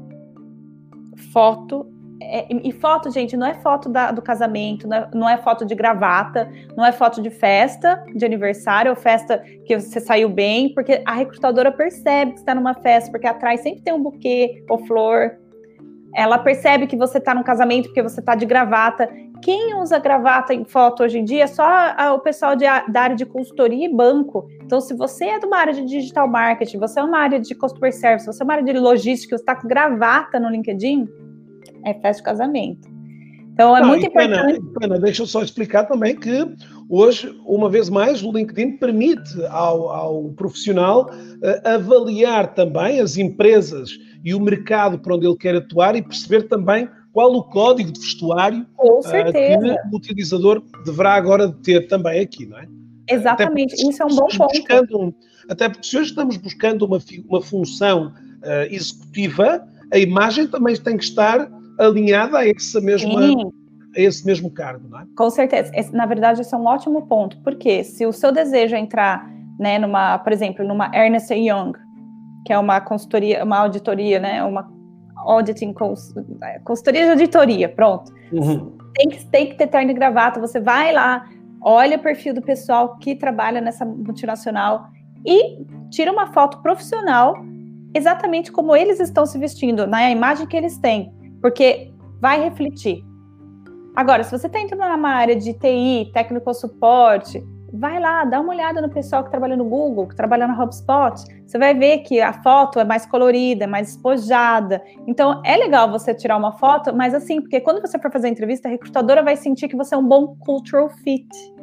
E foto, gente, não é foto do casamento, não é foto de gravata, não é foto de festa, de aniversário, ou festa que você saiu bem, porque a recrutadora percebe que você está numa festa, porque atrás sempre tem um buquê ou flor. Ela percebe que você está num casamento porque você está de gravata. Quem usa gravata em foto hoje em dia é só o pessoal da área de consultoria e banco. Então, se você é de uma área de digital marketing, você é uma área de customer service, você é uma área de logística, você está com gravata no LinkedIn, é festa de casamento. Então, é muito importante... Ana, deixa eu só explicar também que hoje, uma vez mais, o LinkedIn permite ao profissional avaliar também as empresas e o mercado para onde ele quer atuar e perceber também qual o código de vestuário que o utilizador deverá agora ter também aqui, não é? Exatamente, isso é um bom ponto. Até porque se hoje estamos buscando uma função executiva, a imagem também tem que estar alinhada a esse mesmo cargo, não é? Com certeza. Na verdade, esse é um ótimo ponto, porque se o seu desejo é entrar, né, por exemplo, numa Ernst & Young, que é uma consultoria, uma auditoria, né, uma consultoria de auditoria, pronto. Uhum. Tem que ter terno e gravata, você vai lá, olha o perfil do pessoal que trabalha nessa multinacional e tira uma foto profissional exatamente como eles estão se vestindo, na imagem que eles têm, porque vai refletir. Agora, se você está entrando numa área de TI, técnico suporte, vai lá, dá uma olhada no pessoal que trabalha no Google, que trabalha no HubSpot. Você vai ver que a foto é mais colorida, é mais despojada. Então, é legal você tirar uma foto, mas assim, porque quando você for fazer a entrevista, a recrutadora vai sentir que você é um bom cultural fit,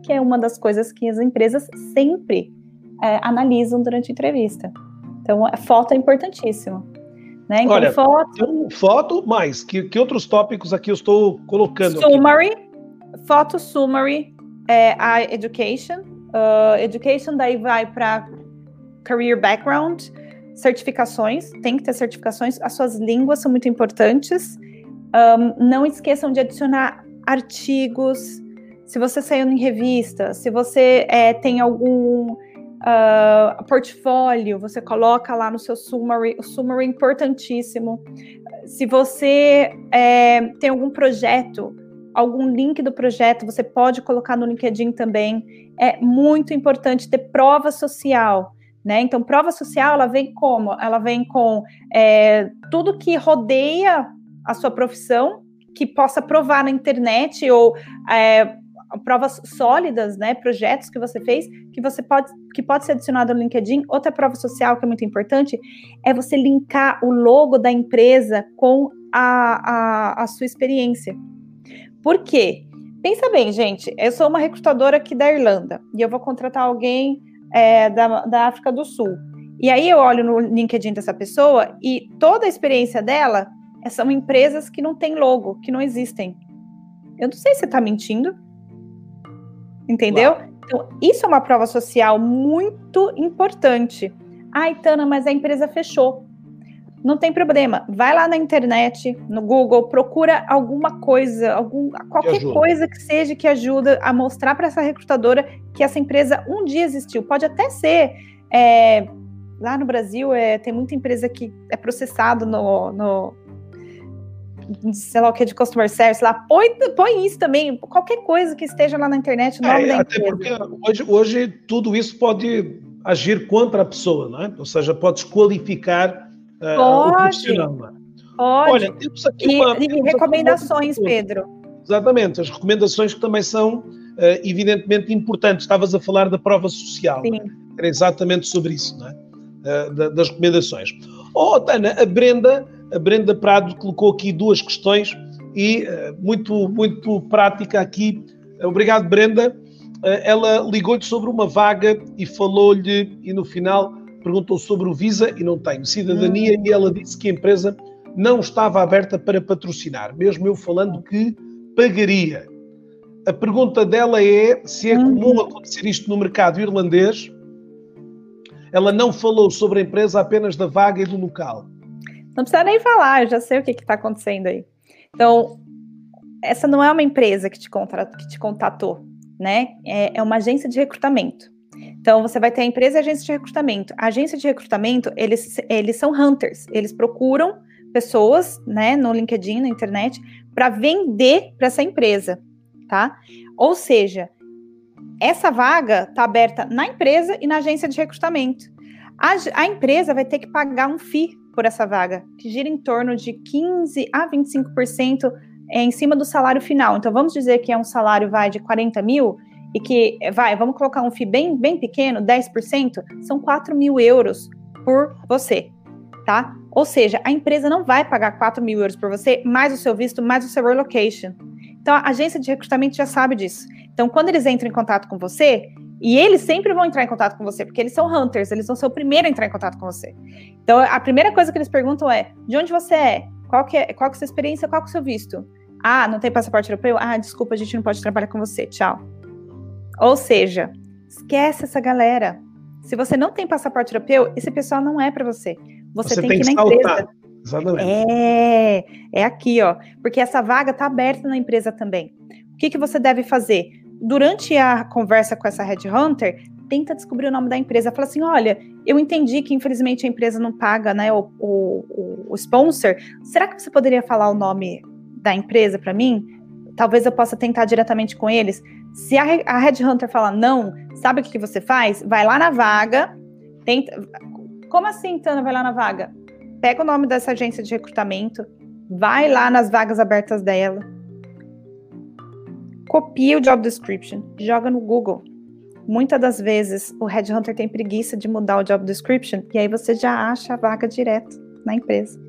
que é uma das coisas que as empresas sempre analisam durante a entrevista. Então, a foto é importantíssimo. Né? Então, olha, foto mais. Que outros tópicos aqui eu estou colocando? Summary, foto summary, a education. Education daí vai para career background, certificações, tem que ter certificações, as suas línguas são muito importantes. Não esqueçam de adicionar artigos, se você saiu em revista, se você tem algum portfólio, você coloca lá no seu summary, o summary é importantíssimo. Se você tem algum projeto, algum link do projeto, você pode colocar no LinkedIn também. É muito importante ter prova social, né? Então, prova social, ela vem como? Ela vem com tudo que rodeia a sua profissão, que possa provar na internet, ou provas sólidas, né? Projetos que você fez, que pode ser adicionado no LinkedIn. Outra prova social que é muito importante é você linkar o logo da empresa com a sua experiência. Por quê? Pensa bem, gente, eu sou uma recrutadora aqui da Irlanda e eu vou contratar alguém da África do Sul. E aí eu olho no LinkedIn dessa pessoa e toda a experiência dela são empresas que não têm logo, que não existem. Eu não sei se você está mentindo. Entendeu? Claro. Então, isso é uma prova social muito importante. Ai, Tana, mas a empresa fechou. Não tem problema. Vai lá na internet, no Google, procura alguma coisa, qualquer coisa que seja que ajuda a mostrar para essa recrutadora que essa empresa um dia existiu. Pode até ser... lá no Brasil, tem muita empresa que é processado no sei lá o que, de customer service lá, põe isso também, qualquer coisa que esteja lá na internet, o nome da até empresa. Porque hoje tudo isso pode agir contra a pessoa, não é? Ou seja, pode desqualificar o profissional. Não é? Pode. Olha, temos aqui recomendações, Pedro. Exatamente, as recomendações que também são evidentemente importantes. Estavas a falar da prova social. Sim. Era exatamente sobre isso, não é? Das recomendações. Tana, a Brenda Prado colocou aqui duas questões e muito, muito prática aqui. Obrigado, Brenda. Ela ligou-lhe sobre uma vaga e falou-lhe, e no final perguntou sobre o Visa e não tenho cidadania, e ela disse que a empresa não estava aberta para patrocinar, mesmo eu falando que pagaria. A pergunta dela é se é comum acontecer isto no mercado irlandês. Ela não falou sobre a empresa, apenas da vaga e do local. Não precisa nem falar, eu já sei o que está acontecendo aí. Então, essa não é uma empresa que te contatou, né? É uma agência de recrutamento. Então, você vai ter a empresa e a agência de recrutamento. A agência de recrutamento, eles são hunters. Eles procuram pessoas, né, no LinkedIn, na internet, para vender para essa empresa, tá? Ou seja, essa vaga está aberta na empresa e na agência de recrutamento. A empresa vai ter que pagar um FII por essa vaga, que gira em torno de 15% a 25% em cima do salário final. Então, vamos dizer que é um salário de 40 mil e que, vamos colocar um FII bem pequeno, 10%, são 4 mil euros por você, tá? Ou seja, a empresa não vai pagar 4 mil euros por você, mais o seu visto, mais o seu relocation. Então, a agência de recrutamento já sabe disso. Então, quando eles entram em contato com você, e eles sempre vão entrar em contato com você, porque eles são hunters, eles vão ser o primeiro a entrar em contato com você. Então, a primeira coisa que eles perguntam é, de onde você é? Qual que é a sua experiência? Qual que é o seu visto? Ah, não tem passaporte europeu? Ah, desculpa, a gente não pode trabalhar com você, tchau. Ou seja, esquece essa galera. Se você não tem passaporte europeu, esse pessoal não é para você. Você tem que ir na empresa. Exatamente. É aqui, ó. Porque essa vaga está aberta na empresa também. O que você deve fazer? Durante a conversa com essa headhunter, tenta descobrir o nome da empresa. Fala assim, olha, eu entendi que infelizmente a empresa não paga, né, o sponsor. Será que você poderia falar o nome da empresa para mim? Talvez eu possa tentar diretamente com eles. Se a headhunter falar não, sabe o que você faz? Vai lá na vaga, tenta... Como assim, Tana, vai lá na vaga? Pega o nome dessa agência de recrutamento, vai lá nas vagas abertas dela, copia o job description, joga no Google. Muitas das vezes o headhunter tem preguiça de mudar o job description e aí você já acha a vaga direto na empresa.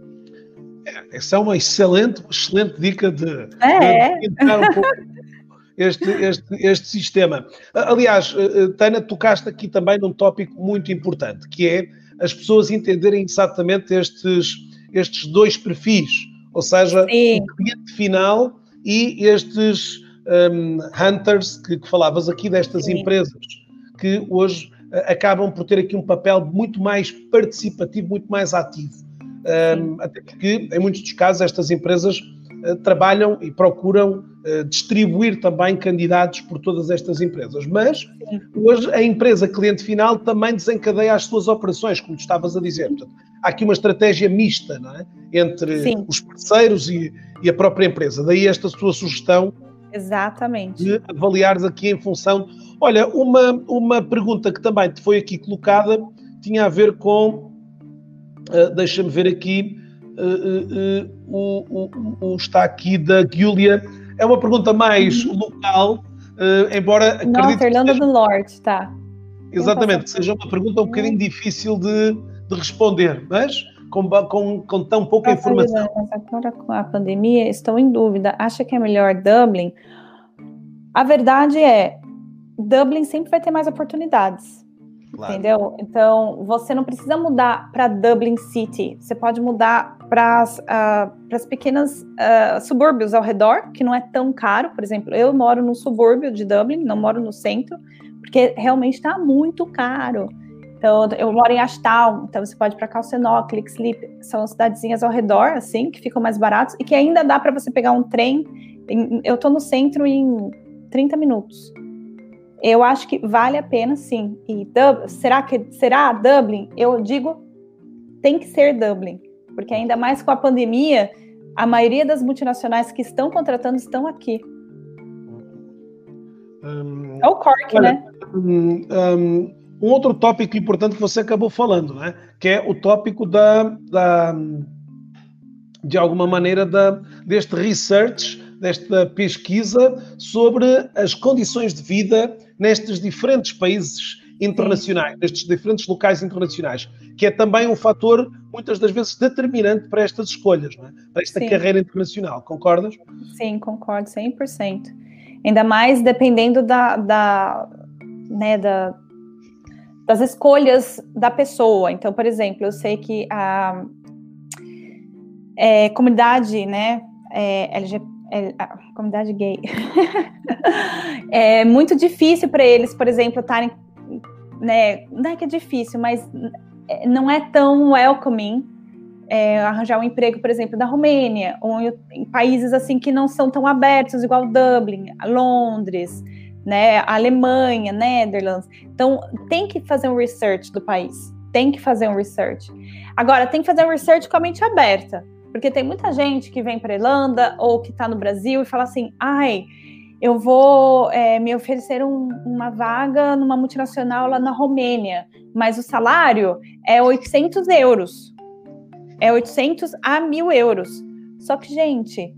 Essa é uma excelente dica de entrar um pouco. este sistema. Aliás, Tânia, tocaste aqui também num tópico muito importante, que é as pessoas entenderem exatamente estes dois perfis, ou seja, Sim. o cliente final e estes hunters que falavas aqui, destas Sim. empresas, que hoje acabam por ter aqui um papel muito mais participativo, muito mais ativo. Até porque, em muitos dos casos, estas empresas trabalham e procuram distribuir também candidatos por todas estas empresas. Mas, hoje, a empresa cliente final também desencadeia as suas operações, como tu estavas a dizer. Portanto, há aqui uma estratégia mista, não é? Entre os parceiros e a própria empresa. Daí esta sua sugestão. Exatamente. De avaliares aqui em função... Olha, uma pergunta que também te foi aqui colocada tinha a ver com... deixa-me ver aqui... está aqui da Giulia. É uma pergunta mais local, embora acredito Nossa, Irlanda do Norte, tá. Exatamente, que seja uma pergunta um bocadinho difícil de responder, mas com tão pouca informação. Mas agora com a pandemia, estou em dúvida. Acha que é melhor Dublin? A verdade é, Dublin sempre vai ter mais oportunidades. Claro. Entendeu? Então, você não precisa mudar para Dublin City. Você pode mudar para as pequenas subúrbios ao redor, que não é tão caro. Por exemplo, eu moro no subúrbio de Dublin, não moro no centro, porque realmente está muito caro. Então, eu moro em Ashtown, então você pode ir para Calcenó, Leixlip, são cidadezinhas ao redor, assim, que ficam mais baratos e que ainda dá para você pegar um trem. Eu estou no centro em 30 minutos. Eu acho que vale a pena, sim. E será Dublin? Eu digo, tem que ser Dublin, porque ainda mais com a pandemia, a maioria das multinacionais que estão contratando estão aqui. É o Cork, olha, né? Um outro tópico importante que você acabou falando, né? Que é o tópico de alguma maneira, deste research, desta pesquisa sobre as condições de vida nestes diferentes países internacionais, nestes diferentes locais internacionais, que é também um fator, muitas das vezes, determinante para estas escolhas, não é? Para esta carreira internacional. Concordas? Sim, concordo 100%. Ainda mais dependendo das escolhas da pessoa. Então, por exemplo, eu sei que a comunidade, né, a comunidade gay, é muito difícil para eles, por exemplo, estarem, né, não é que é difícil, mas não é tão welcoming arranjar um emprego, por exemplo, da Romênia, ou em países assim que não são tão abertos, igual Dublin, Londres, né, a Alemanha, Netherlands. Então, tem que fazer um research do país. Tem que fazer um research. Agora, tem que fazer um research com a mente aberta. Porque tem muita gente que vem para a Irlanda ou que está no Brasil e fala assim, eu vou me oferecer uma vaga numa multinacional lá na Romênia, mas o salário é 800 euros. É 800 a 1.000 euros. Só que, gente,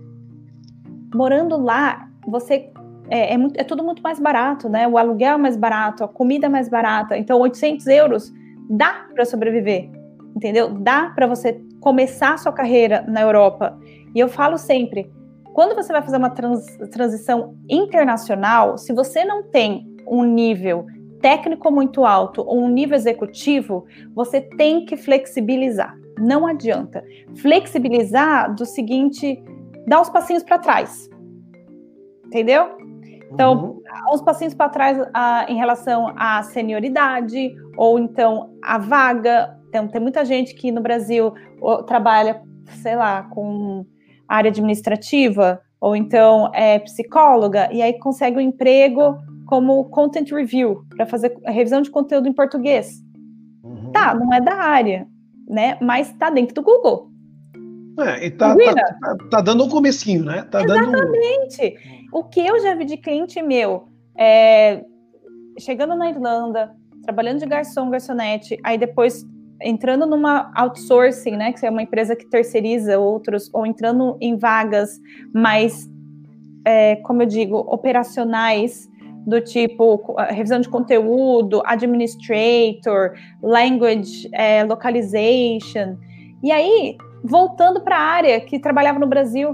morando lá, você... É tudo muito mais barato, né? O aluguel é mais barato, a comida é mais barata. Então, 800 euros dá para sobreviver, entendeu? Dá para você começar a sua carreira na Europa. E eu falo sempre, quando você vai fazer uma transição internacional, se você não tem um nível técnico muito alto ou um nível executivo, você tem que flexibilizar. Não adianta. Flexibilizar do seguinte, dar uns passinhos para trás. Entendeu? Então, uns passinhos para trás em relação à senioridade, ou então a vaga. Então, tem muita gente que no Brasil trabalha, sei lá, com área administrativa, ou então é psicóloga, e aí consegue um emprego como content review, para fazer a revisão de conteúdo em português. Tá, não é da área, né? Mas tá dentro do Google. E tá dando um comecinho, né? Exatamente. O que eu já vi de cliente meu, chegando na Irlanda, trabalhando de garçom, garçonete, aí depois entrando numa outsourcing, né, que é uma empresa que terceiriza outros, ou entrando em vagas mais, como eu digo, operacionais, do tipo revisão de conteúdo, administrator, language localization. E aí, voltando para a área que trabalhava no Brasil,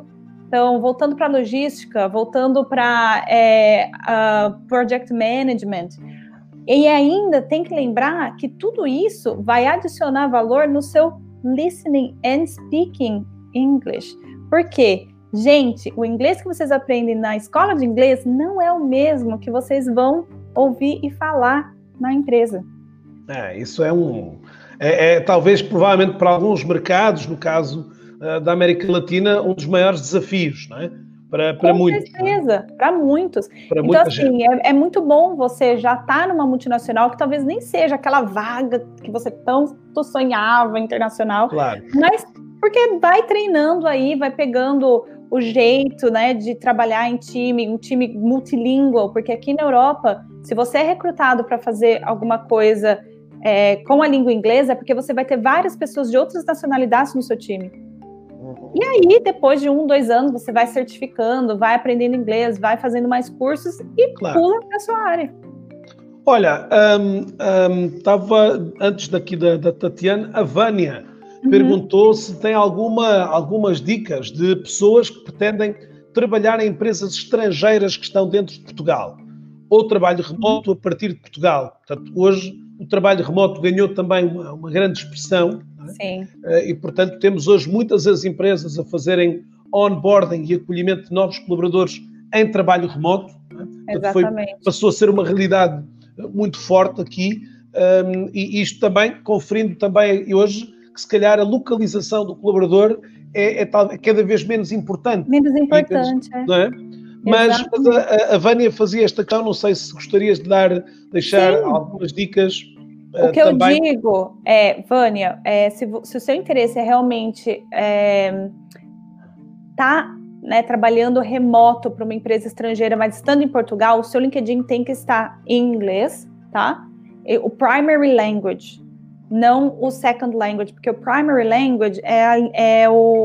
Então, voltando para logística, voltando para project management, e ainda tem que lembrar que tudo isso vai adicionar valor no seu listening and speaking English. Por quê? Gente, o inglês que vocês aprendem na escola de inglês não é o mesmo que vocês vão ouvir e falar na empresa. Isso talvez, provavelmente, para alguns mercados, no caso da América Latina, um dos maiores desafios, não é? Para muitos. Com certeza, para muitos. Então, assim, é muito bom você já estar numa multinacional que talvez nem seja aquela vaga que você tanto sonhava internacional, claro. Mas porque vai treinando aí, vai pegando o jeito, né, de trabalhar em time, um time multilingual, porque aqui na Europa, se você é recrutado para fazer alguma coisa com a língua inglesa, é porque você vai ter várias pessoas de outras nacionalidades no seu time. E aí, depois de 1, 2 anos, você vai certificando, vai aprendendo inglês, vai fazendo mais cursos e pula para a sua área. Olha, estava antes daqui da Tatiana, a Vânia perguntou se tem algumas dicas de pessoas que pretendem trabalhar em empresas estrangeiras que estão dentro de Portugal, ou trabalho remoto a partir de Portugal. Portanto, hoje o trabalho remoto ganhou também uma grande expressão. Sim. E, portanto, temos hoje muitas as empresas a fazerem onboarding e acolhimento de novos colaboradores em trabalho remoto. Exatamente. Passou a ser uma realidade muito forte aqui, e isto também, conferindo também hoje que se calhar a localização do colaborador é cada vez menos importante. Menos importante, não é? Mas a Vânia fazia esta questão, não sei se gostarias de deixar algumas dicas. O que também. Eu digo Vânia, se o seu interesse é realmente trabalhando remoto para uma empresa estrangeira, mas estando em Portugal, o seu LinkedIn tem que estar em inglês, tá? O primary language, não o second language, porque o primary language é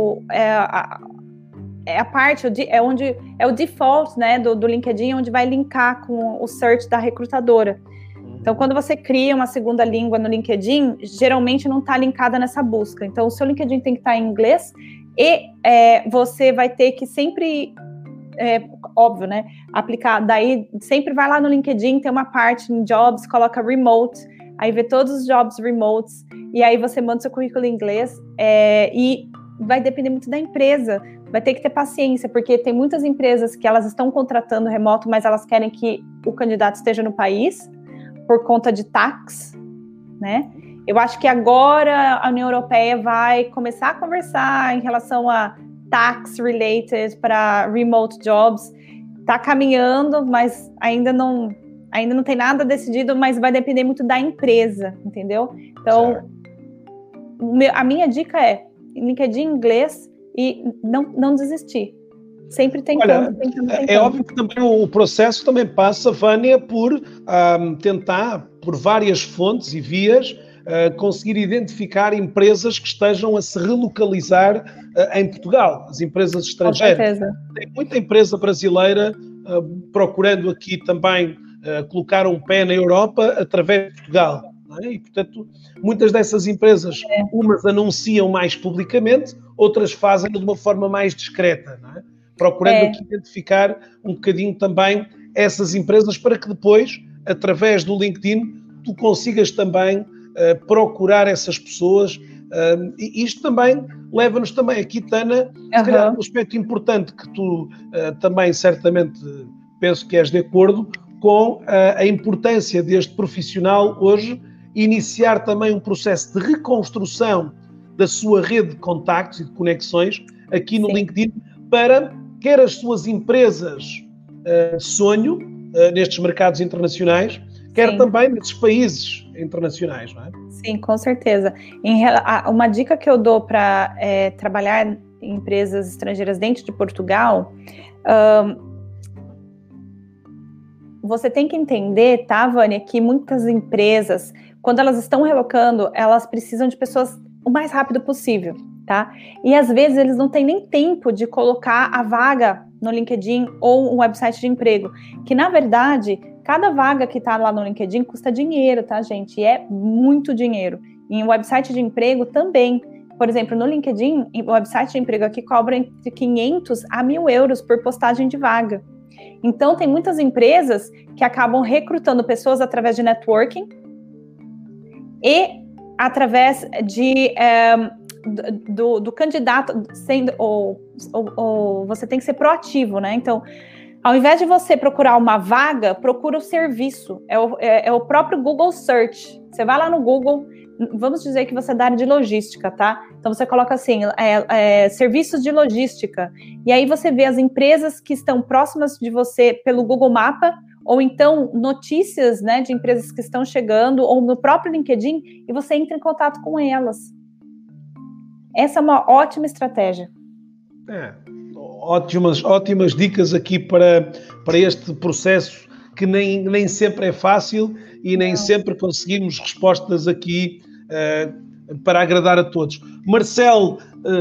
a parte, onde é o default, né, do LinkedIn, onde vai linkar com o search da recrutadora. Então, quando você cria uma segunda língua no LinkedIn, geralmente não está linkada nessa busca. Então, o seu LinkedIn tem que estar em inglês e você vai ter que sempre, óbvio, né, aplicar. Daí, sempre vai lá no LinkedIn, tem uma parte em jobs, coloca remote, aí vê todos os jobs remotes, e aí você manda seu currículo em inglês, e vai depender muito da empresa. Vai ter que ter paciência, porque tem muitas empresas que elas estão contratando remoto, mas elas querem que o candidato esteja no país, por conta de tax, né? Eu acho que agora a União Europeia vai começar a conversar em relação a tax related para remote jobs. Está caminhando, mas ainda não tem nada decidido, mas vai depender muito da empresa, entendeu? Então, a minha dica é LinkedIn em inglês e não desistir. Sempre tentando. É óbvio que também o processo também passa, Vânia, por tentar, por várias fontes e vias, conseguir identificar empresas que estejam a se relocalizar em Portugal, as empresas estrangeiras. Com certeza. Tem muita empresa brasileira procurando aqui também colocar um pé na Europa através de Portugal. Não é? E, portanto, muitas dessas empresas, umas anunciam mais publicamente, outras fazem de uma forma mais discreta, não é? Procurando aqui identificar um bocadinho também essas empresas para que depois, através do LinkedIn, tu consigas também procurar essas pessoas. E isto também leva-nos também aqui, Tana, se calhar um aspecto importante que tu também certamente penso que és de acordo com a importância deste profissional hoje iniciar também um processo de reconstrução da sua rede de contactos e de conexões aqui no LinkedIn para quer as suas empresas sonho nestes mercados internacionais, quer também nesses países internacionais, não é? Sim, com certeza. Uma dica que eu dou para trabalhar em empresas estrangeiras dentro de Portugal, você tem que entender, tá, Vânia, que muitas empresas, quando elas estão relocando, elas precisam de pessoas o mais rápido possível. Tá? E às vezes eles não têm nem tempo de colocar a vaga no LinkedIn ou um website de emprego, que na verdade, cada vaga que está lá no LinkedIn custa dinheiro, tá, gente? E é muito dinheiro. E em um website de emprego também. por exemplo, no LinkedIn, o website de emprego aqui cobra entre 500 a 1.000 euros por postagem de vaga. Então, tem muitas empresas que acabam recrutando pessoas através de networking e através do candidato, ou você tem que ser proativo, né? Então, ao invés de você procurar uma vaga, procura o serviço. É o próprio Google Search. Você vai lá no Google, vamos dizer que você é da área de logística, tá? Então você coloca assim, serviços de logística. E aí você vê as empresas que estão próximas de você pelo Google Mapa, ou então notícias, né, de empresas que estão chegando, ou no próprio LinkedIn, e você entra em contato com elas. Essa é uma ótima estratégia. Ótimas dicas aqui para este processo que nem sempre é fácil e nem sempre conseguimos respostas aqui para agradar a todos. Marcelo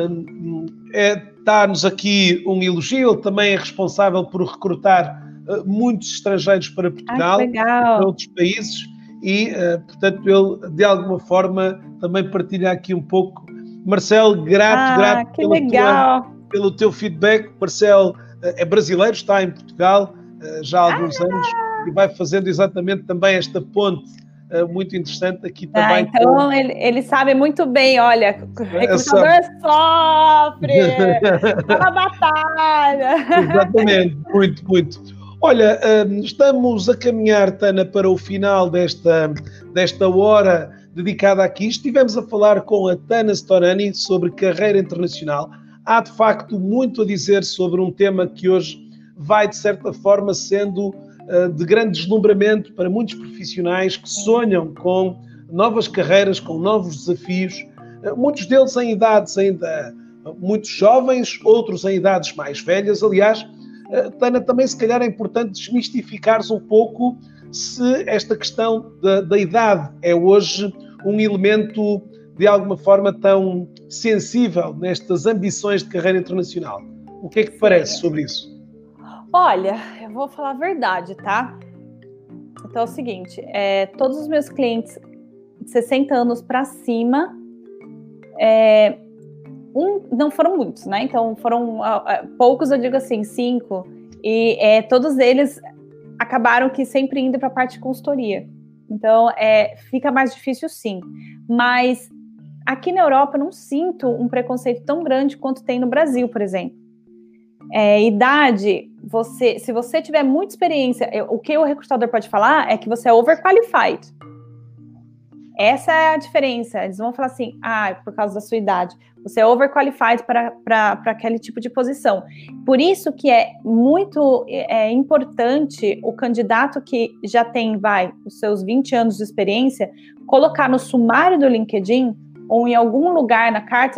dá-nos aqui um elogio, ele também é responsável por recrutar muitos estrangeiros para Portugal e para outros países e, portanto, ele de alguma forma também partilha aqui um pouco. Marcelo, grato pelo teu feedback. Marcelo é brasileiro, está em Portugal já há alguns anos e vai fazendo exatamente também esta ponte muito interessante aqui também. Então ele sabe muito bem, olha, o recrutador sofre, é uma batalha. Exatamente, muito. Olha, estamos a caminhar, Tana, para o final desta hora dedicada aqui. Estivemos a falar com a Tana Storani sobre carreira internacional. Há, de facto, muito a dizer sobre um tema que hoje vai, de certa forma, sendo de grande deslumbramento para muitos profissionais que sonham com novas carreiras, com novos desafios, muitos deles em idades ainda muito jovens, outros em idades mais velhas. Aliás, Tana, também se calhar é importante desmistificares um pouco se esta questão da idade é hoje um elemento de alguma forma tão sensível nestas ambições de carreira internacional. O que é que te parece sobre isso? Olha, eu vou falar a verdade, tá? Então é o seguinte, todos os meus clientes de 60 anos para cima, não foram muitos, né? Então foram poucos, eu digo assim, 5, e todos eles acabaram que sempre indo para a parte de consultoria. Então fica mais difícil, sim. Mas aqui na Europa eu não sinto um preconceito tão grande quanto tem no Brasil, por exemplo. Idade, se você tiver muita experiência, o que o recrutador pode falar é que você é overqualified. Essa é a diferença. Eles vão falar assim, por causa da sua idade. Você é overqualified para aquele tipo de posição. Por isso que é muito importante o candidato que já tem, os seus 20 anos de experiência, colocar no sumário do LinkedIn ou em algum lugar na carta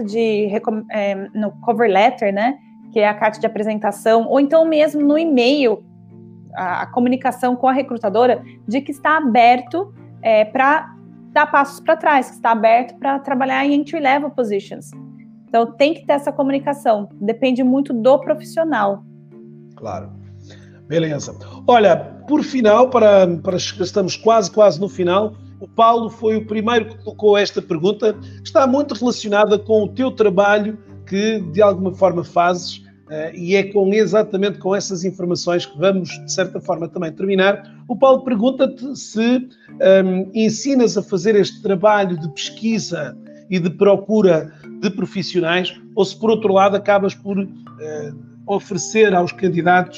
no cover letter, né? Que é a carta de apresentação, ou então mesmo no e-mail, a comunicação com a recrutadora, de que está aberto para dar passos para trás, que está aberto para trabalhar em entry-level positions. Então, tem que ter essa comunicação. Depende muito do profissional. Claro. Beleza. Olha, por final, estamos quase no final, o Paulo foi o primeiro que colocou esta pergunta, que está muito relacionada com o teu trabalho que, de alguma forma, fazes, e é exatamente com essas informações que vamos, de certa forma, também terminar. O Paulo pergunta-te se ensinas a fazer este trabalho de pesquisa e de procura de profissionais, ou se, por outro lado, acabas por oferecer aos candidatos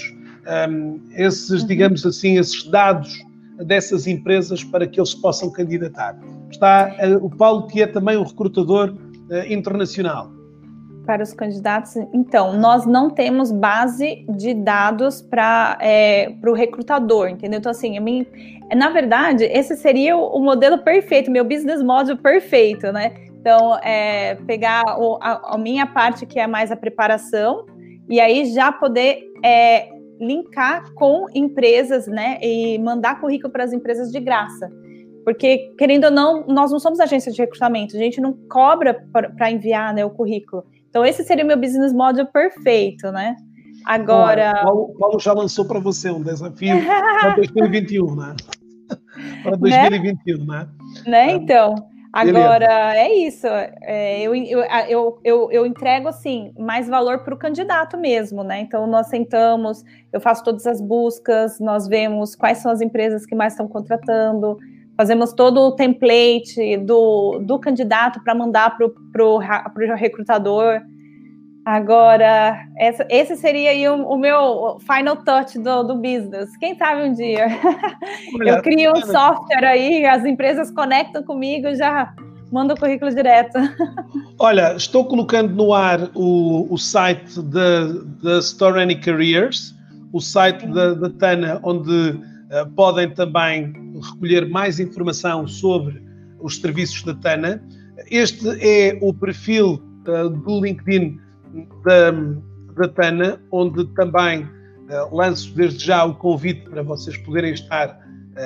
digamos assim, esses dados dessas empresas para que eles possam candidatar. Está o Paulo, que é também um recrutador internacional. Para os candidatos, então, nós não temos base de dados para o recrutador, entendeu? Então, assim, na verdade, esse seria o modelo perfeito, meu business model perfeito, né? Então, pegar a minha parte, que é mais a preparação, e aí já poder linkar com empresas, né? E mandar currículo para as empresas de graça. Porque, querendo ou não, nós não somos agência de recrutamento, a gente não cobra para enviar, né, o currículo. Então, esse seria o meu business model perfeito, né? Agora... Paulo já lançou para você um desafio para 2021, né? Para 2021, né? Então, Agora, é isso. Eu entrego, assim, mais valor para o candidato mesmo, né? Então, nós sentamos, eu faço todas as buscas, nós vemos quais são as empresas que mais estão contratando, fazemos todo o template do candidato para mandar para o recrutador. Agora, esse seria aí o meu final touch do business. Quem sabe um dia eu crio um software aí, as empresas conectam comigo e já mando o currículo direto. Olha, estou colocando no ar o site da Store Any Careers, o site da Tana, onde podem também recolher mais informação sobre os serviços da Tana. Este é o perfil do LinkedIn da Tana, onde também lanço desde já o convite para vocês poderem estar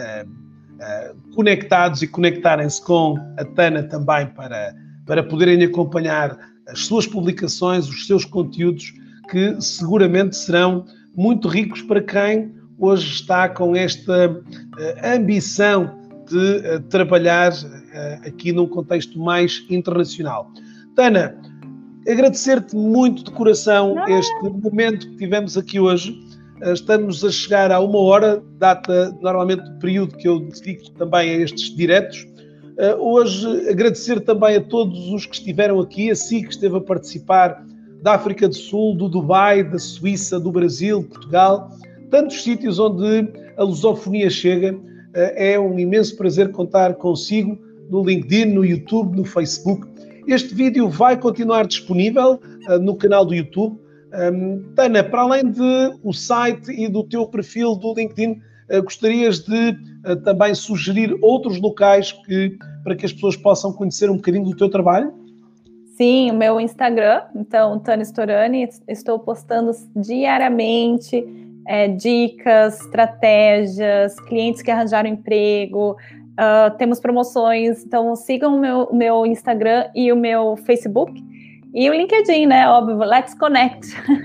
conectados e conectarem-se com a Tana também para poderem acompanhar as suas publicações, os seus conteúdos, que seguramente serão muito ricos para quem hoje está com esta ambição de trabalhar aqui num contexto mais internacional. Tana, agradecer-te muito de coração este momento que tivemos aqui hoje. Estamos a chegar a 1 hora, data normalmente do período que eu dedico também a estes diretos. Hoje agradecer também a todos os que estiveram aqui, a si que esteve a participar da África do Sul, do Dubai, da Suíça, do Brasil, de Portugal, tantos sítios onde a lusofonia chega. É um imenso prazer contar consigo no LinkedIn, no YouTube, no Facebook. Este vídeo vai continuar disponível no canal do YouTube. Tana, para além do site e do teu perfil do LinkedIn, gostarias de também sugerir outros locais para que as pessoas possam conhecer um bocadinho do teu trabalho? Sim, o meu Instagram, então, Tana Storani, estou postando diariamente dicas, estratégias, clientes que arranjaram emprego, temos promoções, então sigam o meu Instagram e o meu Facebook e o LinkedIn, né? Óbvio, let's connect.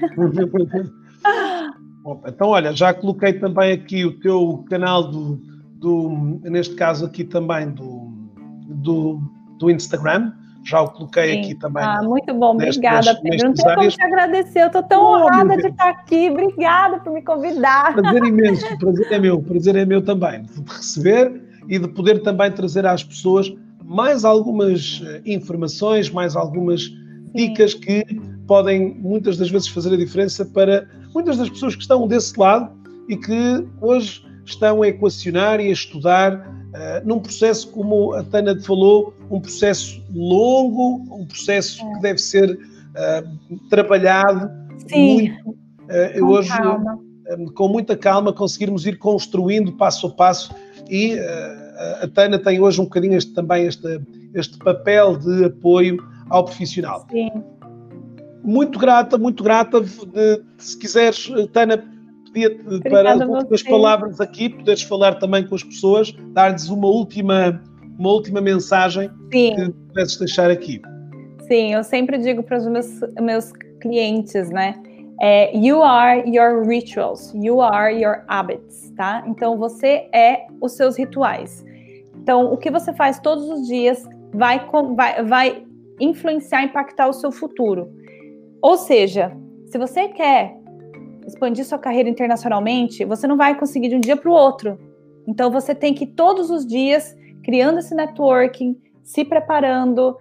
Então, olha, já coloquei também aqui o teu canal neste caso aqui também do Instagram, já o coloquei Sim. aqui também. Muito bom, obrigada, Pedro. Não tenho como te agradecer, eu estou tão honrada de estar aqui, obrigada por me convidar. Prazer imenso, o prazer é meu também, de receber e de poder também trazer às pessoas mais algumas informações, mais algumas dicas que podem muitas das vezes fazer a diferença para muitas das pessoas que estão desse lado e que hoje estão a equacionar e a estudar num processo, como a Tana falou, um processo longo, um processo que deve ser trabalhado muito, hoje, com muita calma, conseguirmos ir construindo passo a passo e a Tana tem hoje um bocadinho este papel de apoio ao profissional. Sim. Muito grata, se quiseres, Tana, pedia-te para as últimas palavras aqui, poderes falar também com as pessoas, dar-lhes uma última mensagem Sim. que pudesses deixar aqui. Sim, eu sempre digo para os meus clientes, né? You are your rituals, you are your habits, tá? Então, você é os seus rituais. Então, o que você faz todos os dias vai influenciar, impactar o seu futuro. Ou seja, se você quer expandir sua carreira internacionalmente, você não vai conseguir de um dia para o outro. Então, você tem que ir todos os dias criando esse networking, se preparando,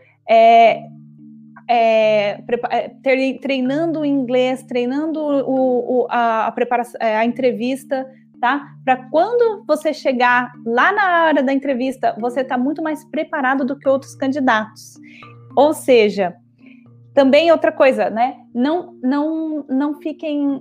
treinando o inglês, treinando a preparação, a entrevista, tá? Para quando você chegar lá na hora da entrevista, você está muito mais preparado do que outros candidatos. Ou seja, também outra coisa, né? Não fiquem...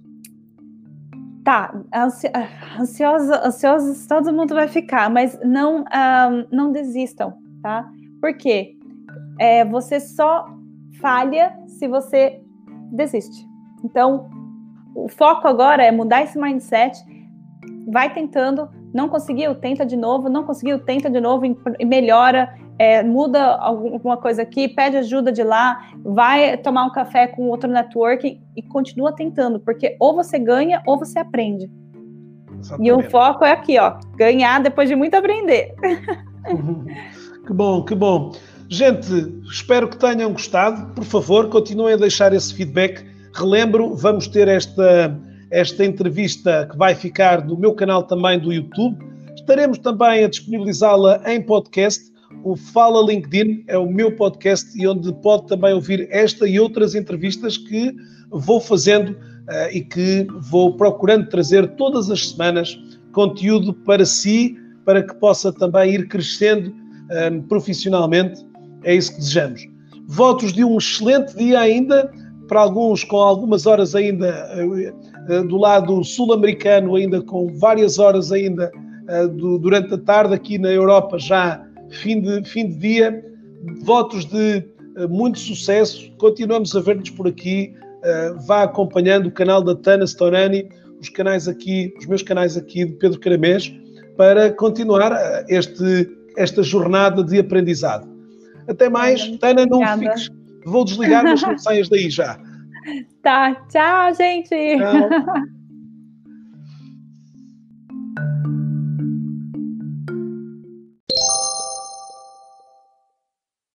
Tá, ansiosos todo mundo vai ficar, mas não desistam, tá? Por quê? Você só falha se você desiste. Então, o foco agora é mudar esse mindset, vai tentando, não conseguiu, tenta de novo, não conseguiu, tenta de novo e melhora, muda alguma coisa aqui, pede ajuda de lá, vai tomar um café com outro networking e continua tentando, porque ou você ganha ou você aprende. Exatamente. E o foco é aqui, ó, ganhar depois de muito aprender. Que bom, que bom. Gente, espero que tenham gostado. Por favor, continuem a deixar esse feedback. Relembro, vamos ter esta entrevista que vai ficar no meu canal também do YouTube. Estaremos também a disponibilizá-la em podcast. O Fala LinkedIn é o meu podcast e onde pode também ouvir esta e outras entrevistas que vou fazendo e que vou procurando trazer todas as semanas conteúdo para si, para que possa também ir crescendo profissionalmente. É isso que desejamos. Votos de um excelente dia ainda, para alguns com algumas horas ainda do lado sul-americano, ainda com várias horas ainda durante a tarde, aqui na Europa já fim de dia. Votos de muito sucesso. Continuamos a ver-nos por aqui. Vá acompanhando o canal da Tana Storani, os meus canais aqui de Pedro Caramês, para continuar esta jornada de aprendizado. Até mais. Tana, não fiques. Vou desligar, mas não saias daí já. Tá, tchau, gente. Tchau.